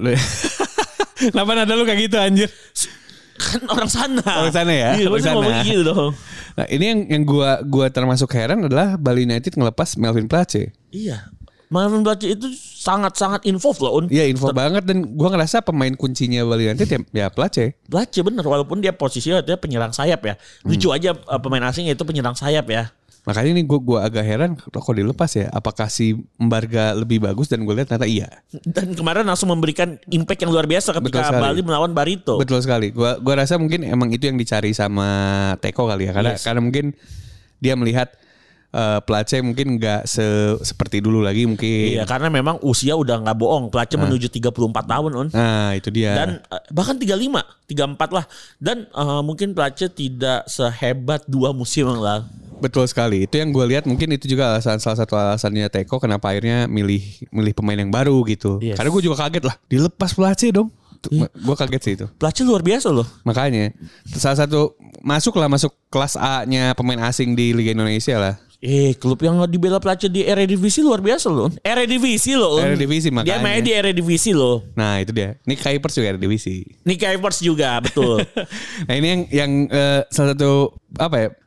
Kenapa nada lu kayak gitu anjir? Kan orang sana. Orang sana ya? Iya, orang sana. Gitu dong. Nah, ini yang gua termasuk heran adalah Bali United ngelepas Melvin Place. Iya. Melvin Place itu sangat-sangat involved loh, Un. Iya, info banget dan gua ngerasa pemain kuncinya Bali United ya Place. Place bener, walaupun dia posisinya dia penyerang sayap ya. Lucu aja pemain asing itu penyerang sayap ya. Makanya ini gue agak heran kok dilepas ya. Apakah si Mbarga lebih bagus dan gue lihat ternyata iya. Dan kemarin langsung memberikan impact yang luar biasa ketika Bali melawan Barito. Betul sekali. Gue rasa mungkin emang itu yang dicari sama Teko kali ya. Karena mungkin dia melihat Place mungkin nggak seperti dulu lagi mungkin. Iya, karena memang usia udah nggak bohong. Place menuju 34 tahun, Un. Nah itu dia. Dan bahkan 35, 34 lah. Dan mungkin Place tidak sehebat 2 musim yang lalu. Betul sekali. Itu yang gue lihat mungkin itu juga salah satu alasannya Teko kenapa akhirnya milih pemain yang baru gitu. Yes. Karena gue juga kaget lah. Dilepas Place dong. Gue kaget sih itu. Place luar biasa loh. Makanya salah satu masuk kelas A-nya pemain asing di Liga Indonesia lah. Klub yang dibela Place di Eredivisie luar biasa loh. Eredivisie makanya. Dia main di Eredivisie loh. Nah itu dia. Nick Kuipers juga Eredivisie. Nick Kuipers juga betul. Nah ini yang salah satu apa ya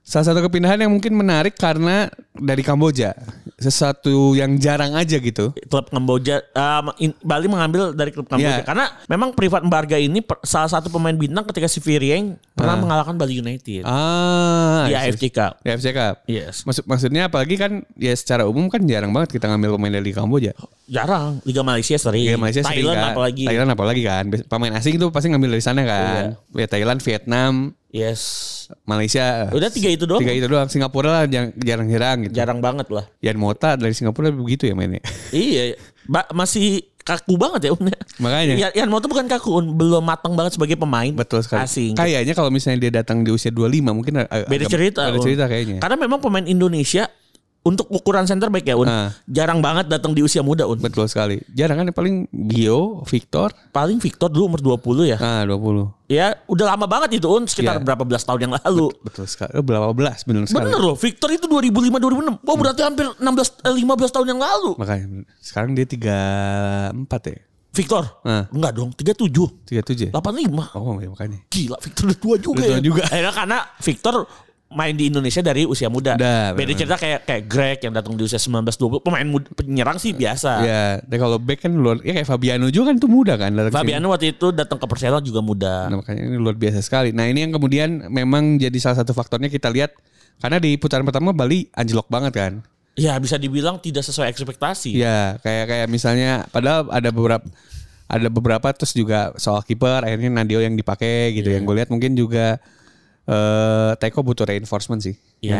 Salah satu kepindahan yang mungkin menarik karena dari Kamboja. Sesuatu yang jarang aja gitu. Klub Kamboja, Bali mengambil dari klub Kamboja. Yeah. Karena memang Privat Mbarga ini salah satu pemain bintang ketika si Virieng pernah mengalahkan Bali United. Di AFC Cup. Di AFC Cup. Yes. Maksudnya apalagi kan ya secara umum kan jarang banget kita ngambil pemain dari Kamboja. Jarang. Liga Malaysia sering. Thailand apalagi. Thailand apalagi kan. Pemain asing itu pasti ngambil dari sana kan. Ya Thailand, Vietnam. Yes. Malaysia. Udah 3 itu doang. 3 itu doang. Singapura lah jarang-jarang gitu. Jarang banget lah. Yan Mota dari Singapura begitu ya mainnya. Iya. Masih kaku banget ya Un. Makanya. Yan Mota bukan kaku Un. Belum matang banget sebagai pemain. Betul sekali. Asing. Kayaknya kalau misalnya dia datang di usia 25 mungkin beda cerita. Beda cerita kayaknya. Karena memang pemain Indonesia untuk ukuran center back ya Un. Jarang banget datang di usia muda Un. Betul sekali. Jarang kan paling Gio, Victor. Paling Victor dulu umur 20 ya. 20. Ya udah lama banget itu Un. Sekitar berapa belas tahun yang lalu. Betul sekali. Berapa belas bener sekali. Bener loh. Victor itu 2005-2006. Wah berarti hampir 15 tahun yang lalu. Makanya sekarang dia 34 ya. Victor? Enggak dong. 37. 85. 85. Oh ya makanya. Gila Victor udah tua juga ya. Akhirnya karena Victor main di Indonesia dari usia muda. Beda cerita kayak Greg yang datang di usia 19-20. Pemain penyerang sih biasa. Ya, kalau back kan kayak Fabiano juga kan tuh muda kan. Fabiano waktu itu datang ke Persela juga muda. Nah, makanya ini luar biasa sekali. Nah ini yang kemudian memang jadi salah satu faktornya kita lihat. Karena di putaran pertama Bali anjlok banget kan. Ya bisa dibilang tidak sesuai ekspektasi. Ya kayak misalnya padahal ada beberapa terus juga soal kiper akhirnya Nadio yang dipakai gitu. Yang gue lihat mungkin juga Teko butuh reinforcement sih.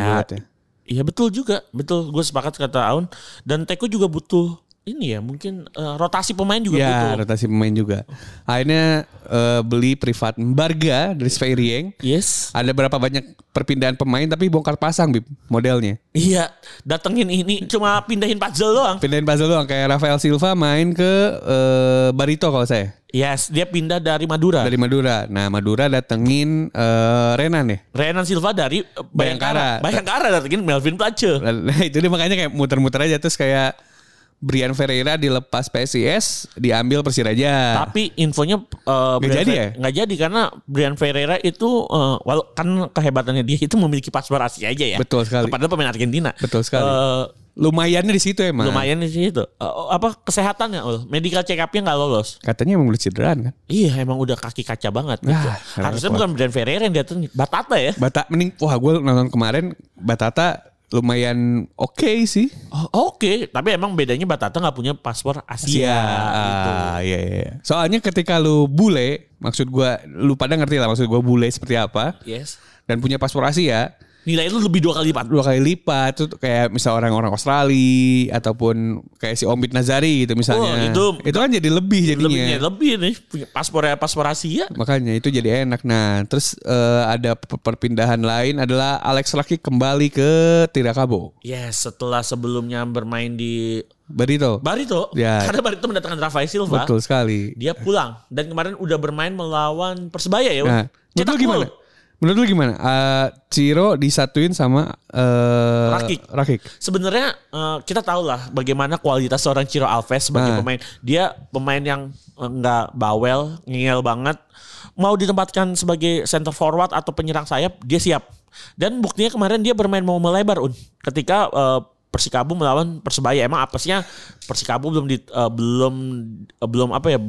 Iya betul juga. Betul, gue sepakat kata Aun. Dan Teko juga butuh ini ya mungkin rotasi pemain juga butuh. Ya rotasi pemain juga. Akhirnya beli Privat Mbarga dari Virieng. Yes. Ada berapa banyak perpindahan pemain tapi bongkar pasang Bib modelnya. Iya, datengin ini cuma pindahin puzzle doang. Kayak Rafael Silva main ke Barito kalau saya. Yes, dia pindah dari Madura. Nah, Madura datengin Renan ya. Renan Silva dari Bayangkara datengin Melvin Platje. Nah, itu dia makanya kayak muter-muter aja terus kayak Brian Ferreira dilepas PSIS diambil Persiraja. Tapi infonya nggak jadi karena Brian Ferreira itu kan kehebatannya dia itu memiliki paspor Asia aja ya. Betul sekali. Padahal pemain Argentina. Betul sekali. Lumayannya di situ emang. Lumayan di situ. Kesehatannya medical check up-nya nggak lolos. Katanya emang udah cederaan kan? Iya, emang udah kaki kaca banget gitu. Harusnya bukan Brian Ferreira yang datang, Batata ya. Gue nonton kemarin Batata lumayan oke sih. Oke. Tapi emang bedanya Batata nggak punya paspor Asia. Gitu. Iya. Soalnya ketika lu bule, maksud gue, lu pada ngerti lah maksud gue bule seperti apa. Yes. Dan punya paspor Asia. Nilai itu lebih 2 kali lipat. 2 kali lipat. Itu kayak misal orang-orang Australia ataupun kayak si Omid Nazari gitu misalnya. Itu kan jadi lebih jadinya. Lebih nih punya paspor Asia. Makanya itu jadi enak. Nah, terus ada perpindahan lain adalah Alex Rakik kembali ke Tirakabo. Yes, setelah sebelumnya bermain di Barito. Ya. Karena Barito mendatangkan Rafael Silva. Betul sekali. Dia pulang dan kemarin udah bermain melawan Persebaya ya. Nah, menurut lu gimana? Ciro disatuin sama Rakik. Sebenarnya kita tahu lah bagaimana kualitas seorang Ciro Alves sebagai pemain. Dia pemain yang nggak bawel, ngeyel banget. Mau ditempatkan sebagai center forward atau penyerang sayap, dia siap. Dan buktinya kemarin dia bermain mau melebar ketika Persikabo melawan Persebaya. Emang apesnya Persikabo belum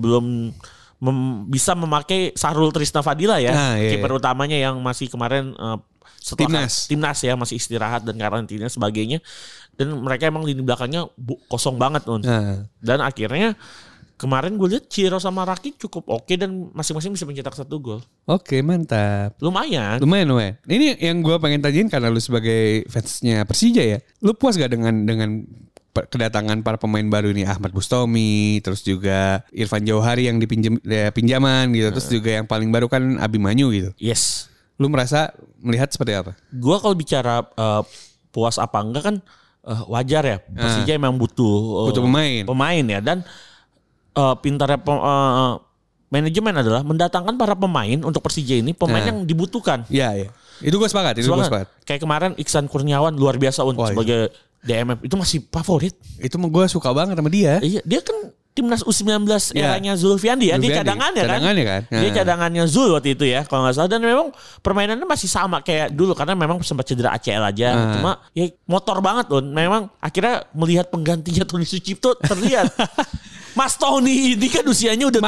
bisa memakai Sahrul Trisna Fadila ya, kiper utamanya yang masih kemarin setelah timnas ya masih istirahat dan karantina sebagainya, dan mereka emang lini belakangnya kosong banget dan akhirnya kemarin gue lihat Ciro sama Rakik cukup oke dan masing-masing bisa mencetak 1 gol. Oke, mantap. Lumayan. Ini yang gue pengen tanyain karena lu sebagai fansnya Persija ya, lu puas gak dengan kedatangan para pemain baru ini, Ahmad Bustomi, terus juga Irfan Jauhari yang pinjaman gitu, terus juga yang paling baru kan Abimanyu gitu. Yes. Lu melihat seperti apa? Gua kalau bicara puas apa enggak kan wajar ya. Persija emang butuh pemain ya, dan pintarnya manajemen adalah mendatangkan para pemain untuk Persija ini, pemain yang dibutuhkan. Iya. Itu gue sepakat. Kayak kemarin Iksan Kurniawan luar biasa sebagai DMF itu masih favorit. Itu gue suka banget sama dia. Iya, dia kan timnas U19 eranya Zulfiandi ya. Dia cadangannya kan. Dia cadangannya Zul waktu itu ya kalau nggak salah. Dan memang permainannya masih sama kayak dulu karena memang sempat cedera ACL aja. Cuma ya motor banget loh. Memang akhirnya melihat penggantinya Tony Sucipto terlihat. Mas Tony ini kan usianya udah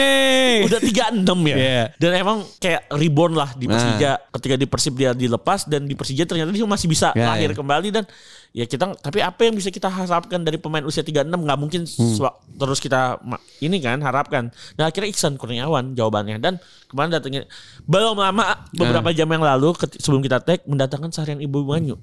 36 ya. Yeah. Dan emang kayak reborn lah di Persija. Ketika di Persib dia dilepas dan di Persija ternyata dia masih bisa lahir kembali. Dan ya kita, tapi apa yang bisa kita harapkan dari pemain usia 36? Nggak mungkin terus kita ini kan harapkan. Dan akhirnya Iksan Kurniawan jawabannya. Dan kemarin datangnya belum lama beberapa jam yang lalu sebelum kita tag mendatangkan Sahrian Ibu Manyu.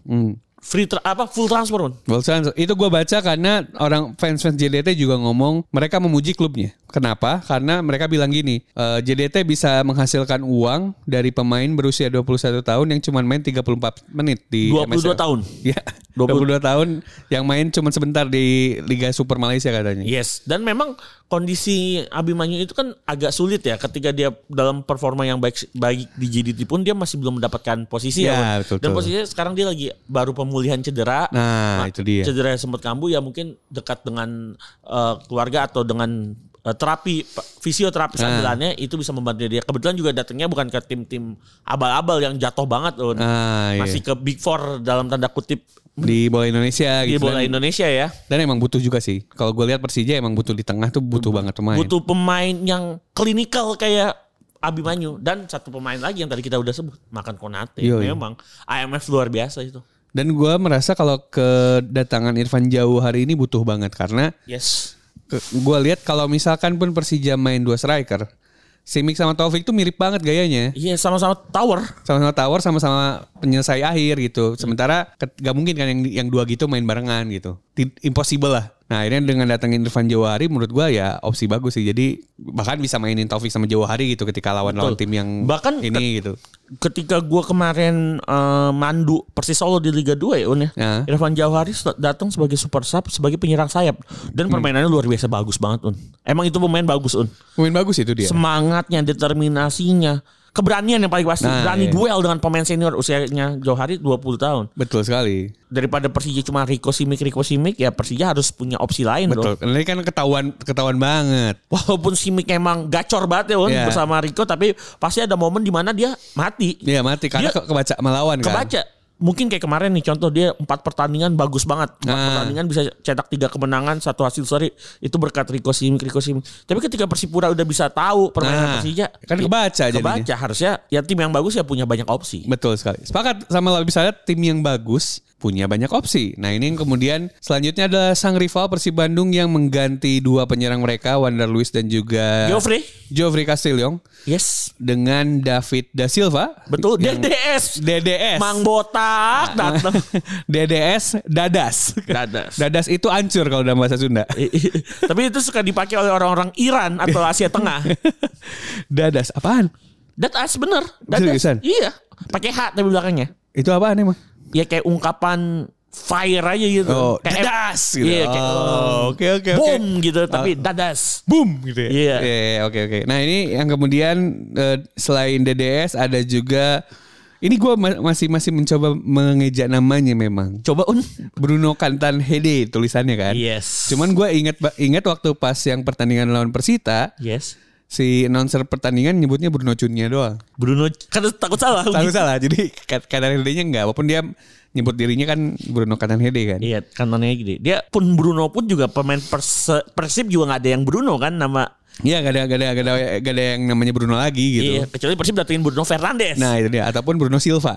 Full transfer. Itu gue baca karena orang fans JDT juga ngomong mereka memuji klubnya. Kenapa? Karena mereka bilang gini, JDT bisa menghasilkan uang dari pemain berusia 21 tahun yang cuma main 34 menit di 22 MSL. tahun. Ya, 22 tahun yang main cuma sebentar di Liga Super Malaysia katanya. Yes, dan memang kondisi Abimanyu itu kan agak sulit ya ketika dia dalam performa yang baik di JDT pun dia masih belum mendapatkan posisi ya. Betul, dan posisinya sekarang dia lagi baru pemulihan cedera. Nah, itu dia. Cedera yang sempat kambuh ya mungkin dekat dengan keluarga atau dengan terapi fisioterapi sambilannya itu bisa membantu dia. Kebetulan juga datangnya bukan ke tim-tim abal-abal yang jatuh banget loh. Masih ke Big Four dalam tanda kutip di bola Indonesia gitu. Di bola Indonesia ya. Dan emang butuh juga sih. Kalau gue lihat Persija emang butuh di tengah tuh butuh banget pemain. Butuh pemain yang klinikal kayak Abimanyu dan satu pemain lagi yang tadi kita udah sebut Makan Konate. Memang IMF luar biasa itu. Dan gue merasa kalau kedatangan Irfan Jauh hari ini butuh banget karena gue lihat kalau misalkan pun Persija main 2 striker, Simic sama Taufik tuh mirip banget gayanya. Iya, sama-sama tower. Sama-sama penyelesai akhir gitu. Sementara gak mungkin kan yang 2 gitu main barengan gitu. Impossible lah. Nah akhirnya dengan datangin Irfan Jawahari menurut gue ya opsi bagus sih. Jadi bahkan bisa mainin Taufik sama Jawahari gitu ketika lawan tim yang bahkan ini gitu. Ketika gue kemarin mandu Persis Solo di Liga 2 ya Un ya. Irfan Jawahari datang sebagai super sub, sebagai penyerang sayap. Dan permainannya luar biasa bagus banget Un. Emang itu pemain bagus Un. Pemain bagus itu dia. Semangatnya, determinasinya. Keberanian yang paling pasti. Berani duel dengan pemain senior usianya Jauhari 20 tahun. Betul sekali. Daripada Persija cuma Rico Simic ya Persija harus punya opsi lain. Betul. Ini kan ketahuan banget. Walaupun Simic emang gacor banget ya bersama Rico, tapi pasti ada momen di mana dia mati. Iya mati karena kebaca melawan kan. Kebaca. Mungkin kayak kemarin nih contoh dia 4 pertandingan bagus banget. 4 pertandingan bisa cetak 3 kemenangan, 1 hasil seri. Itu berkat Rico Simic. Tapi ketika Persipura udah bisa tahu permainan Persija, kan kebaca harusnya ya tim yang bagus ya punya banyak opsi. Betul sekali. Sepakat sama lebih saya tim yang bagus punya banyak opsi. Nah ini yang kemudian selanjutnya adalah sang rival Persib Bandung yang mengganti 2 penyerang mereka, Wander Luiz dan juga Geoffrey Castillon. Yes. Dengan David Da Silva. Betul. DDS. Mang Botak datang. DDS Dadas. Dadas itu hancur kalau dalam bahasa Sunda. Tapi itu suka dipakai oleh orang-orang Iran atau Asia Tengah. Dadas apaan? Dadas bener. Dadas. Iya. Pakai H tapi belakangnya. Itu apaan emang? Ya kayak ungkapan fire aja gitu. Kayak dadas gitu. Iya kayak oke. Boom gitu tapi dadas. Boom gitu ya. Iya. Oke. Nah ini yang kemudian selain DDS ada juga ini gue masih mencoba mengeja namanya memang. Coba Bruno Cantanhede tulisannya kan. Yes. Cuman gue ingat waktu pas yang pertandingan lawan Persita. Yes. Si announcer pertandingan nyebutnya Bruno Cunnya doang. Bruno kan takut salah. Jadi Cantanhede-nya enggak. Walaupun dia nyebut dirinya kan Bruno Cantanhede kan. Iya, Cantanhede. Dia pun Bruno pun juga pemain Persib juga enggak ada yang Bruno kan nama. Iya, enggak ada yang namanya Bruno lagi gitu. Iya, kecuali Persib datengin Bruno Fernandes. Nah, itu dia ataupun Bruno Silva.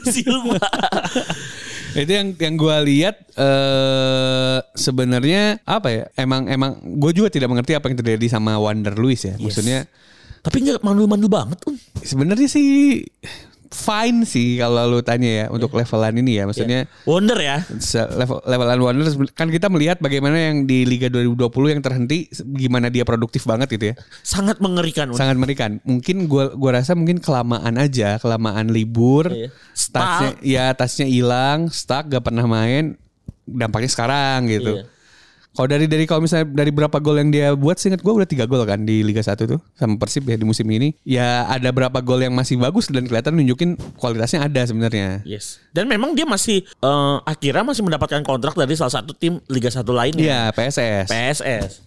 Itu yang gue lihat sebenarnya apa ya? Emang gue juga tidak mengerti apa yang terjadi sama Wander Luiz ya. Maksudnya tapi enggak mandu-mandu banget sebenarnya sih fine sih kalau lu tanya ya untuk levelan ini ya. Maksudnya Wonder ya. Levelan Wonder kan kita melihat bagaimana yang di Liga 2020 yang terhenti gimana dia produktif banget gitu ya. Sangat mengerikan. Sangat mengerikan. Mungkin gua rasa mungkin kelamaan libur. Tasnya hilang, stuck gak pernah main. Dampaknya sekarang gitu. Iya. Kalau misalnya dari berapa gol yang dia buat, seingat gue udah 3 gol kan di Liga 1 tuh sama Persib ya di musim ini. Ya ada berapa gol yang masih bagus dan kelihatan nunjukin kualitasnya ada sebenarnya. Yes. Dan memang dia masih akhirnya masih mendapatkan kontrak dari salah satu tim Liga 1 lainnya. Iya, PSS.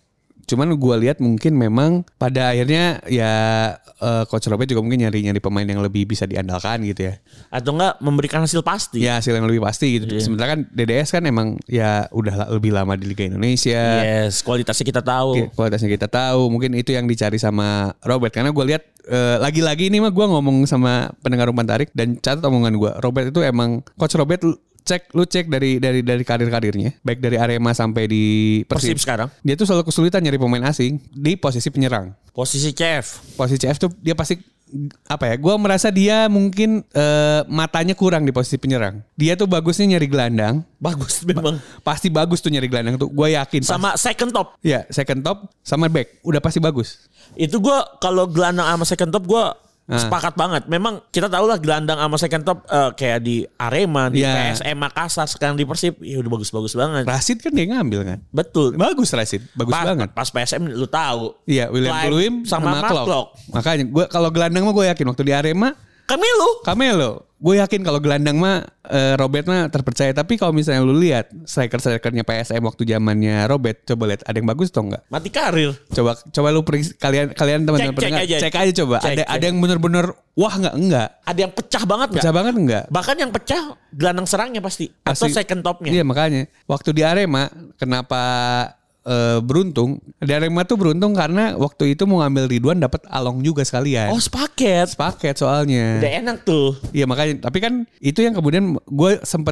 Cuman gue lihat mungkin memang pada akhirnya ya Coach Robert juga mungkin nyari pemain yang lebih bisa diandalkan gitu ya. Atau enggak memberikan hasil pasti. Ya hasil yang lebih pasti gitu. Sementara kan DDS kan emang ya udah lebih lama di Liga Indonesia. Yes, kualitasnya kita tahu. Kualitasnya kita tahu. Mungkin itu yang dicari sama Robert. Karena gue lihat lagi-lagi ini mah gue ngomong sama pendengar umpan tarik dan catat omongan gue. Robert itu emang Coach Robert lu cek dari karir-karirnya, baik dari Arema sampai di Persib sekarang. Dia tuh selalu kesulitan nyari pemain asing di posisi penyerang. Posisi CF tuh dia pasti apa ya? Gua merasa dia mungkin matanya kurang di posisi penyerang. Dia tuh bagusnya nyari gelandang. Bagus memang. Pasti bagus tuh nyari gelandang tuh. Gue yakin. Sama second top. Ya, second top sama back. Udah pasti bagus. Itu gue kalau gelandang sama second top gue sepakat banget. Memang kita tahu lah gelandang sama second top kayak di Arema, di PSM Makassar, sekarang di Persib, ya udah bagus-bagus banget. Rashid kan dia ngambil kan. Betul. Bagus Rashid, bagus banget. Pas PSM lu tahu. Iya, William Pluim sama Mark. Makanya gue kalau gelandang mah gue yakin waktu di Arema Camelo. Gue yakin kalau gelandang mah Robert mah terpercaya. Tapi kalau misalnya lu lihat striker-strikernya PSM waktu zamannya Robert, coba lihat ada yang bagus atau enggak? Mati karir. Coba lu kalian teman-teman pendengar cek aja coba. Ada yang bener-bener wah enggak? Ada yang pecah banget enggak? Pecah banget enggak? Bahkan yang pecah gelandang serangnya pasti atau second topnya. Iya makanya waktu di Arema kenapa beruntung. Di Arema tuh beruntung karena waktu itu mau ngambil Ridwan dapat Along juga sekalian. Oh, sepaket soalnya. Udah enak tuh. Iya makanya. Tapi kan itu yang kemudian gue sempat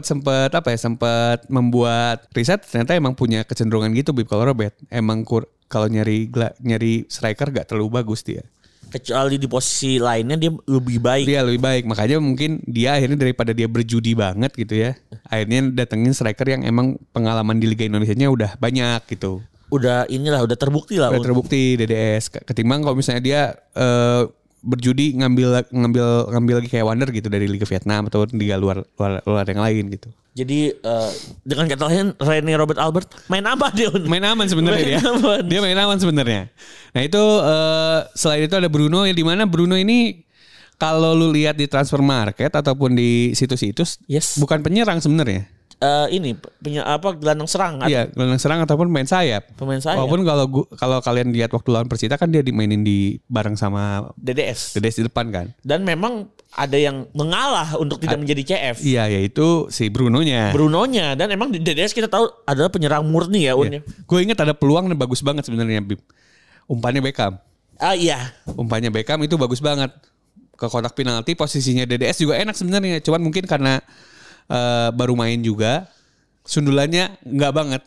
membuat riset, ternyata emang punya kecenderungan gitu Bib kalau Robert. Emang kalau nyari striker gak terlalu bagus dia. Kecuali di posisi lainnya dia lebih baik. Dia lebih baik. Makanya mungkin dia akhirnya daripada dia berjudi banget gitu ya. Akhirnya datengin striker yang emang pengalaman di Liga Indonesianya udah banyak gitu. Udah terbukti lah. Udah terbukti DDS. Ketimbang kalau misalnya dia berjudi ngambil lagi kayak Wander gitu dari Liga Vietnam atau Liga luar yang lain gitu. Jadi dengan kata lain Rene Robert Albert main apa dia? Main aman sebenarnya dia. Dia main aman sebenarnya. Nah itu selain itu ada Bruno, yang dimana Bruno ini kalau lu lihat di transfer market ataupun di situs-situs, bukan penyerang sebenarnya. Gelandang serang. Iya, gelandang serang ataupun pemain sayap. Walaupun kalau kalian lihat waktu lawan Persita kan dia dimainin bareng sama DDS di depan kan. Dan memang ada yang mengalah untuk tidak menjadi CF. Iya, yaitu si Brunonya. Dan emang di DDS kita tahu adalah penyerang murni ya Unnya. Gue ingat ada peluang dan bagus banget sebenarnya Bib. Umpannya Beckham. Iya. Umpannya Beckham itu bagus banget. Ke kotak penalti posisinya DDS juga enak sebenarnya. Cuman mungkin karena baru main juga, sundulannya nggak banget.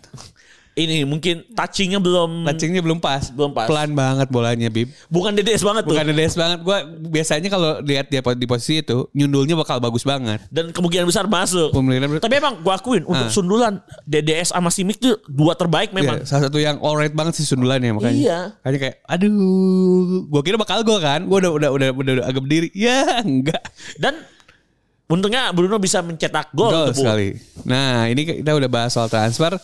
Ini mungkin touchingnya belum pas. Pelan banget bolanya Bib. Bukan DDS banget. Gue biasanya kalau lihat dia di posisi itu nyundulnya bakal bagus banget. Dan kemungkinan besar masuk. Tapi emang gue akuin untuk sundulan DDS sama Simic tuh dua terbaik memang. Salah satu yang alright banget sih sundulannya makanya. Iya. Makanya kayak aduh, gue kira bakal gol kan. Gue udah agak berdiri. Ya enggak. Dan untungnya Bruno bisa mencetak gol sekali. Nah ini kita udah bahas soal transfer.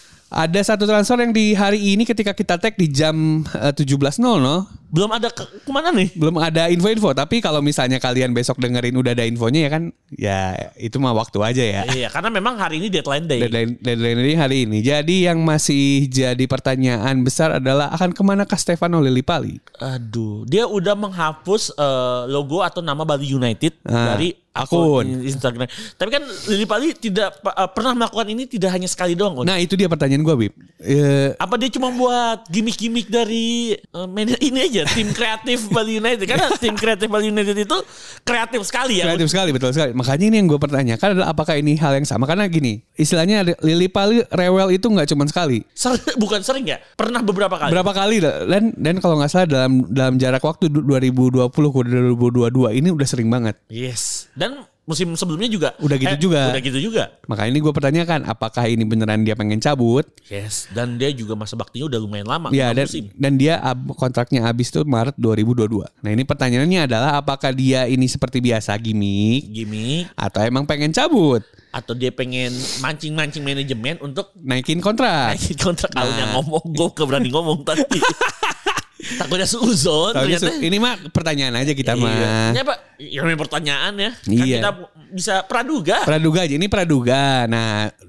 Ada satu transfer yang di hari ini ketika kita tag di jam 17.00. Belum ada kemana nih? Belum ada info-info. Tapi kalau misalnya kalian besok dengerin udah ada infonya ya kan. Ya itu mah waktu aja ya. Iya karena memang hari ini deadline day. Deadline day hari ini. Jadi yang masih jadi pertanyaan besar adalah akan kemanakah Stefano Lillipali? Aduh. Dia udah menghapus logo atau nama Bali United dari akun Instagram. Tapi kan Lillipali tidak pernah melakukan ini tidak hanya sekali doang. Nah itu dia pertanyaan gue Bib. Apa dia cuma buat gimmick-gimmick dari ini aja tim kreatif Bali United? Karena tim kreatif Bali United itu kreatif sekali ya. Kreatif sekali, betul sekali. Makanya ini yang gue pertanyakan adalah apakah ini hal yang sama? Karena gini, istilahnya Lillipali rewel itu nggak cuma sekali. Bukan sering ya? Pernah beberapa kali. Berapa kali dan kalau nggak salah dalam jarak waktu 2020 ke 2022 ini udah sering banget. Yes. Dan musim sebelumnya juga udah gitu juga. Makanya ini gue pertanyakan apakah ini beneran dia pengen cabut? Yes. Dan dia juga masa baktinya udah lumayan lama. Ya dan dia kontraknya habis tuh Maret 2022. Nah ini pertanyaannya adalah apakah dia ini seperti biasa gimmick atau emang pengen cabut? Atau dia pengen mancing-mancing manajemen untuk naikin kontrak. Nah. Ngomong, gue berani ngomong tadi. Takutnya seuzon ternyata. Ini mah pertanyaan aja kita mah. Ini apa? Ya pertanyaan ya. Kan kita bisa praduga. Praduga aja. Ini praduga. Nah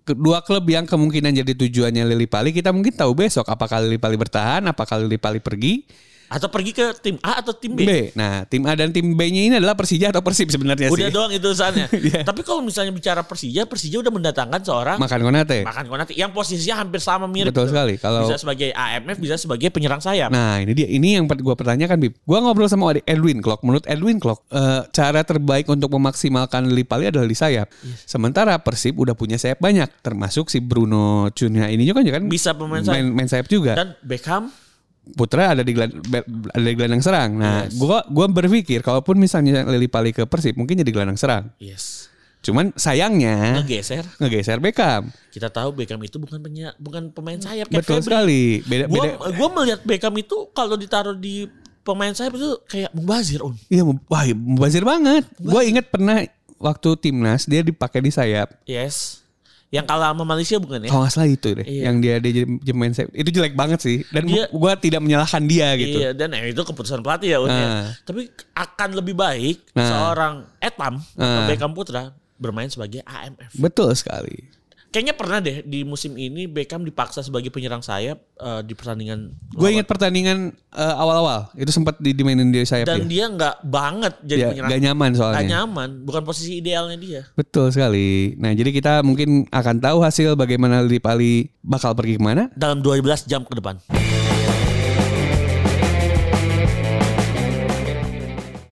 kedua klub yang kemungkinan jadi tujuannya Lillipali, kita mungkin tahu besok apakah Lillipali bertahan, apakah Lillipali pergi. Atau pergi ke tim A atau tim B. Nah, tim A dan tim B-nya ini adalah Persija atau Persib sebenarnya Udah sih. doang itu urusannya. Yeah. Tapi kalau misalnya bicara Persija udah mendatangkan seorang Makan Konate yang posisinya hampir sama mirip. Betul sekali. Kalau bisa sebagai AMF, bisa sebagai penyerang sayap. Nah, ini dia. Ini yang gue pertanyakan, Bib. Gue ngobrol sama Edwin Klok. Menurut Edwin Klok, cara terbaik untuk memaksimalkan Lillipali adalah di sayap. Yes. Sementara Persib udah punya sayap banyak, termasuk si Bruno Cunha ini juga kan bisa pemain sayap. Main sayap juga. Dan Beckham Putra ada di gelandang serang. Nah, gua berpikir kalaupun misalnya Lillipali ke Persib mungkin jadi gelandang serang. Yes. Cuman sayangnya ngegeser Beckham. Kita tahu Beckham itu bukan pemain sayap. Betul sekali. Gua melihat Beckham itu kalau ditaruh di pemain sayap itu kayak mubazir, Iya, mubazir banget. Gua inget pernah waktu timnas dia dipakai di sayap. Yes. Yang kalah sama Malaysia bukan ya? Kalau nggak salah itu deh. Iya. Yang dia jadi main sayap. Itu jelek banget sih. Dan gue tidak menyalahkan dia gitu. Iya, dan itu keputusan pelatih ya. Tapi akan lebih baik seorang Etam atau Beckham Putra bermain sebagai AMF. Betul sekali. Kayaknya pernah deh di musim ini Beckham dipaksa sebagai penyerang sayap di pertandingan. Gue ingat pertandingan awal-awal itu sempat dimainin di sayap. Dan dia nggak banget jadi penyerang. Gak nyaman soalnya. Gak nyaman, bukan posisi idealnya dia. Betul sekali. Nah, jadi kita mungkin akan tahu hasil bagaimana Lillipali bakal pergi kemana dalam 12 jam ke depan.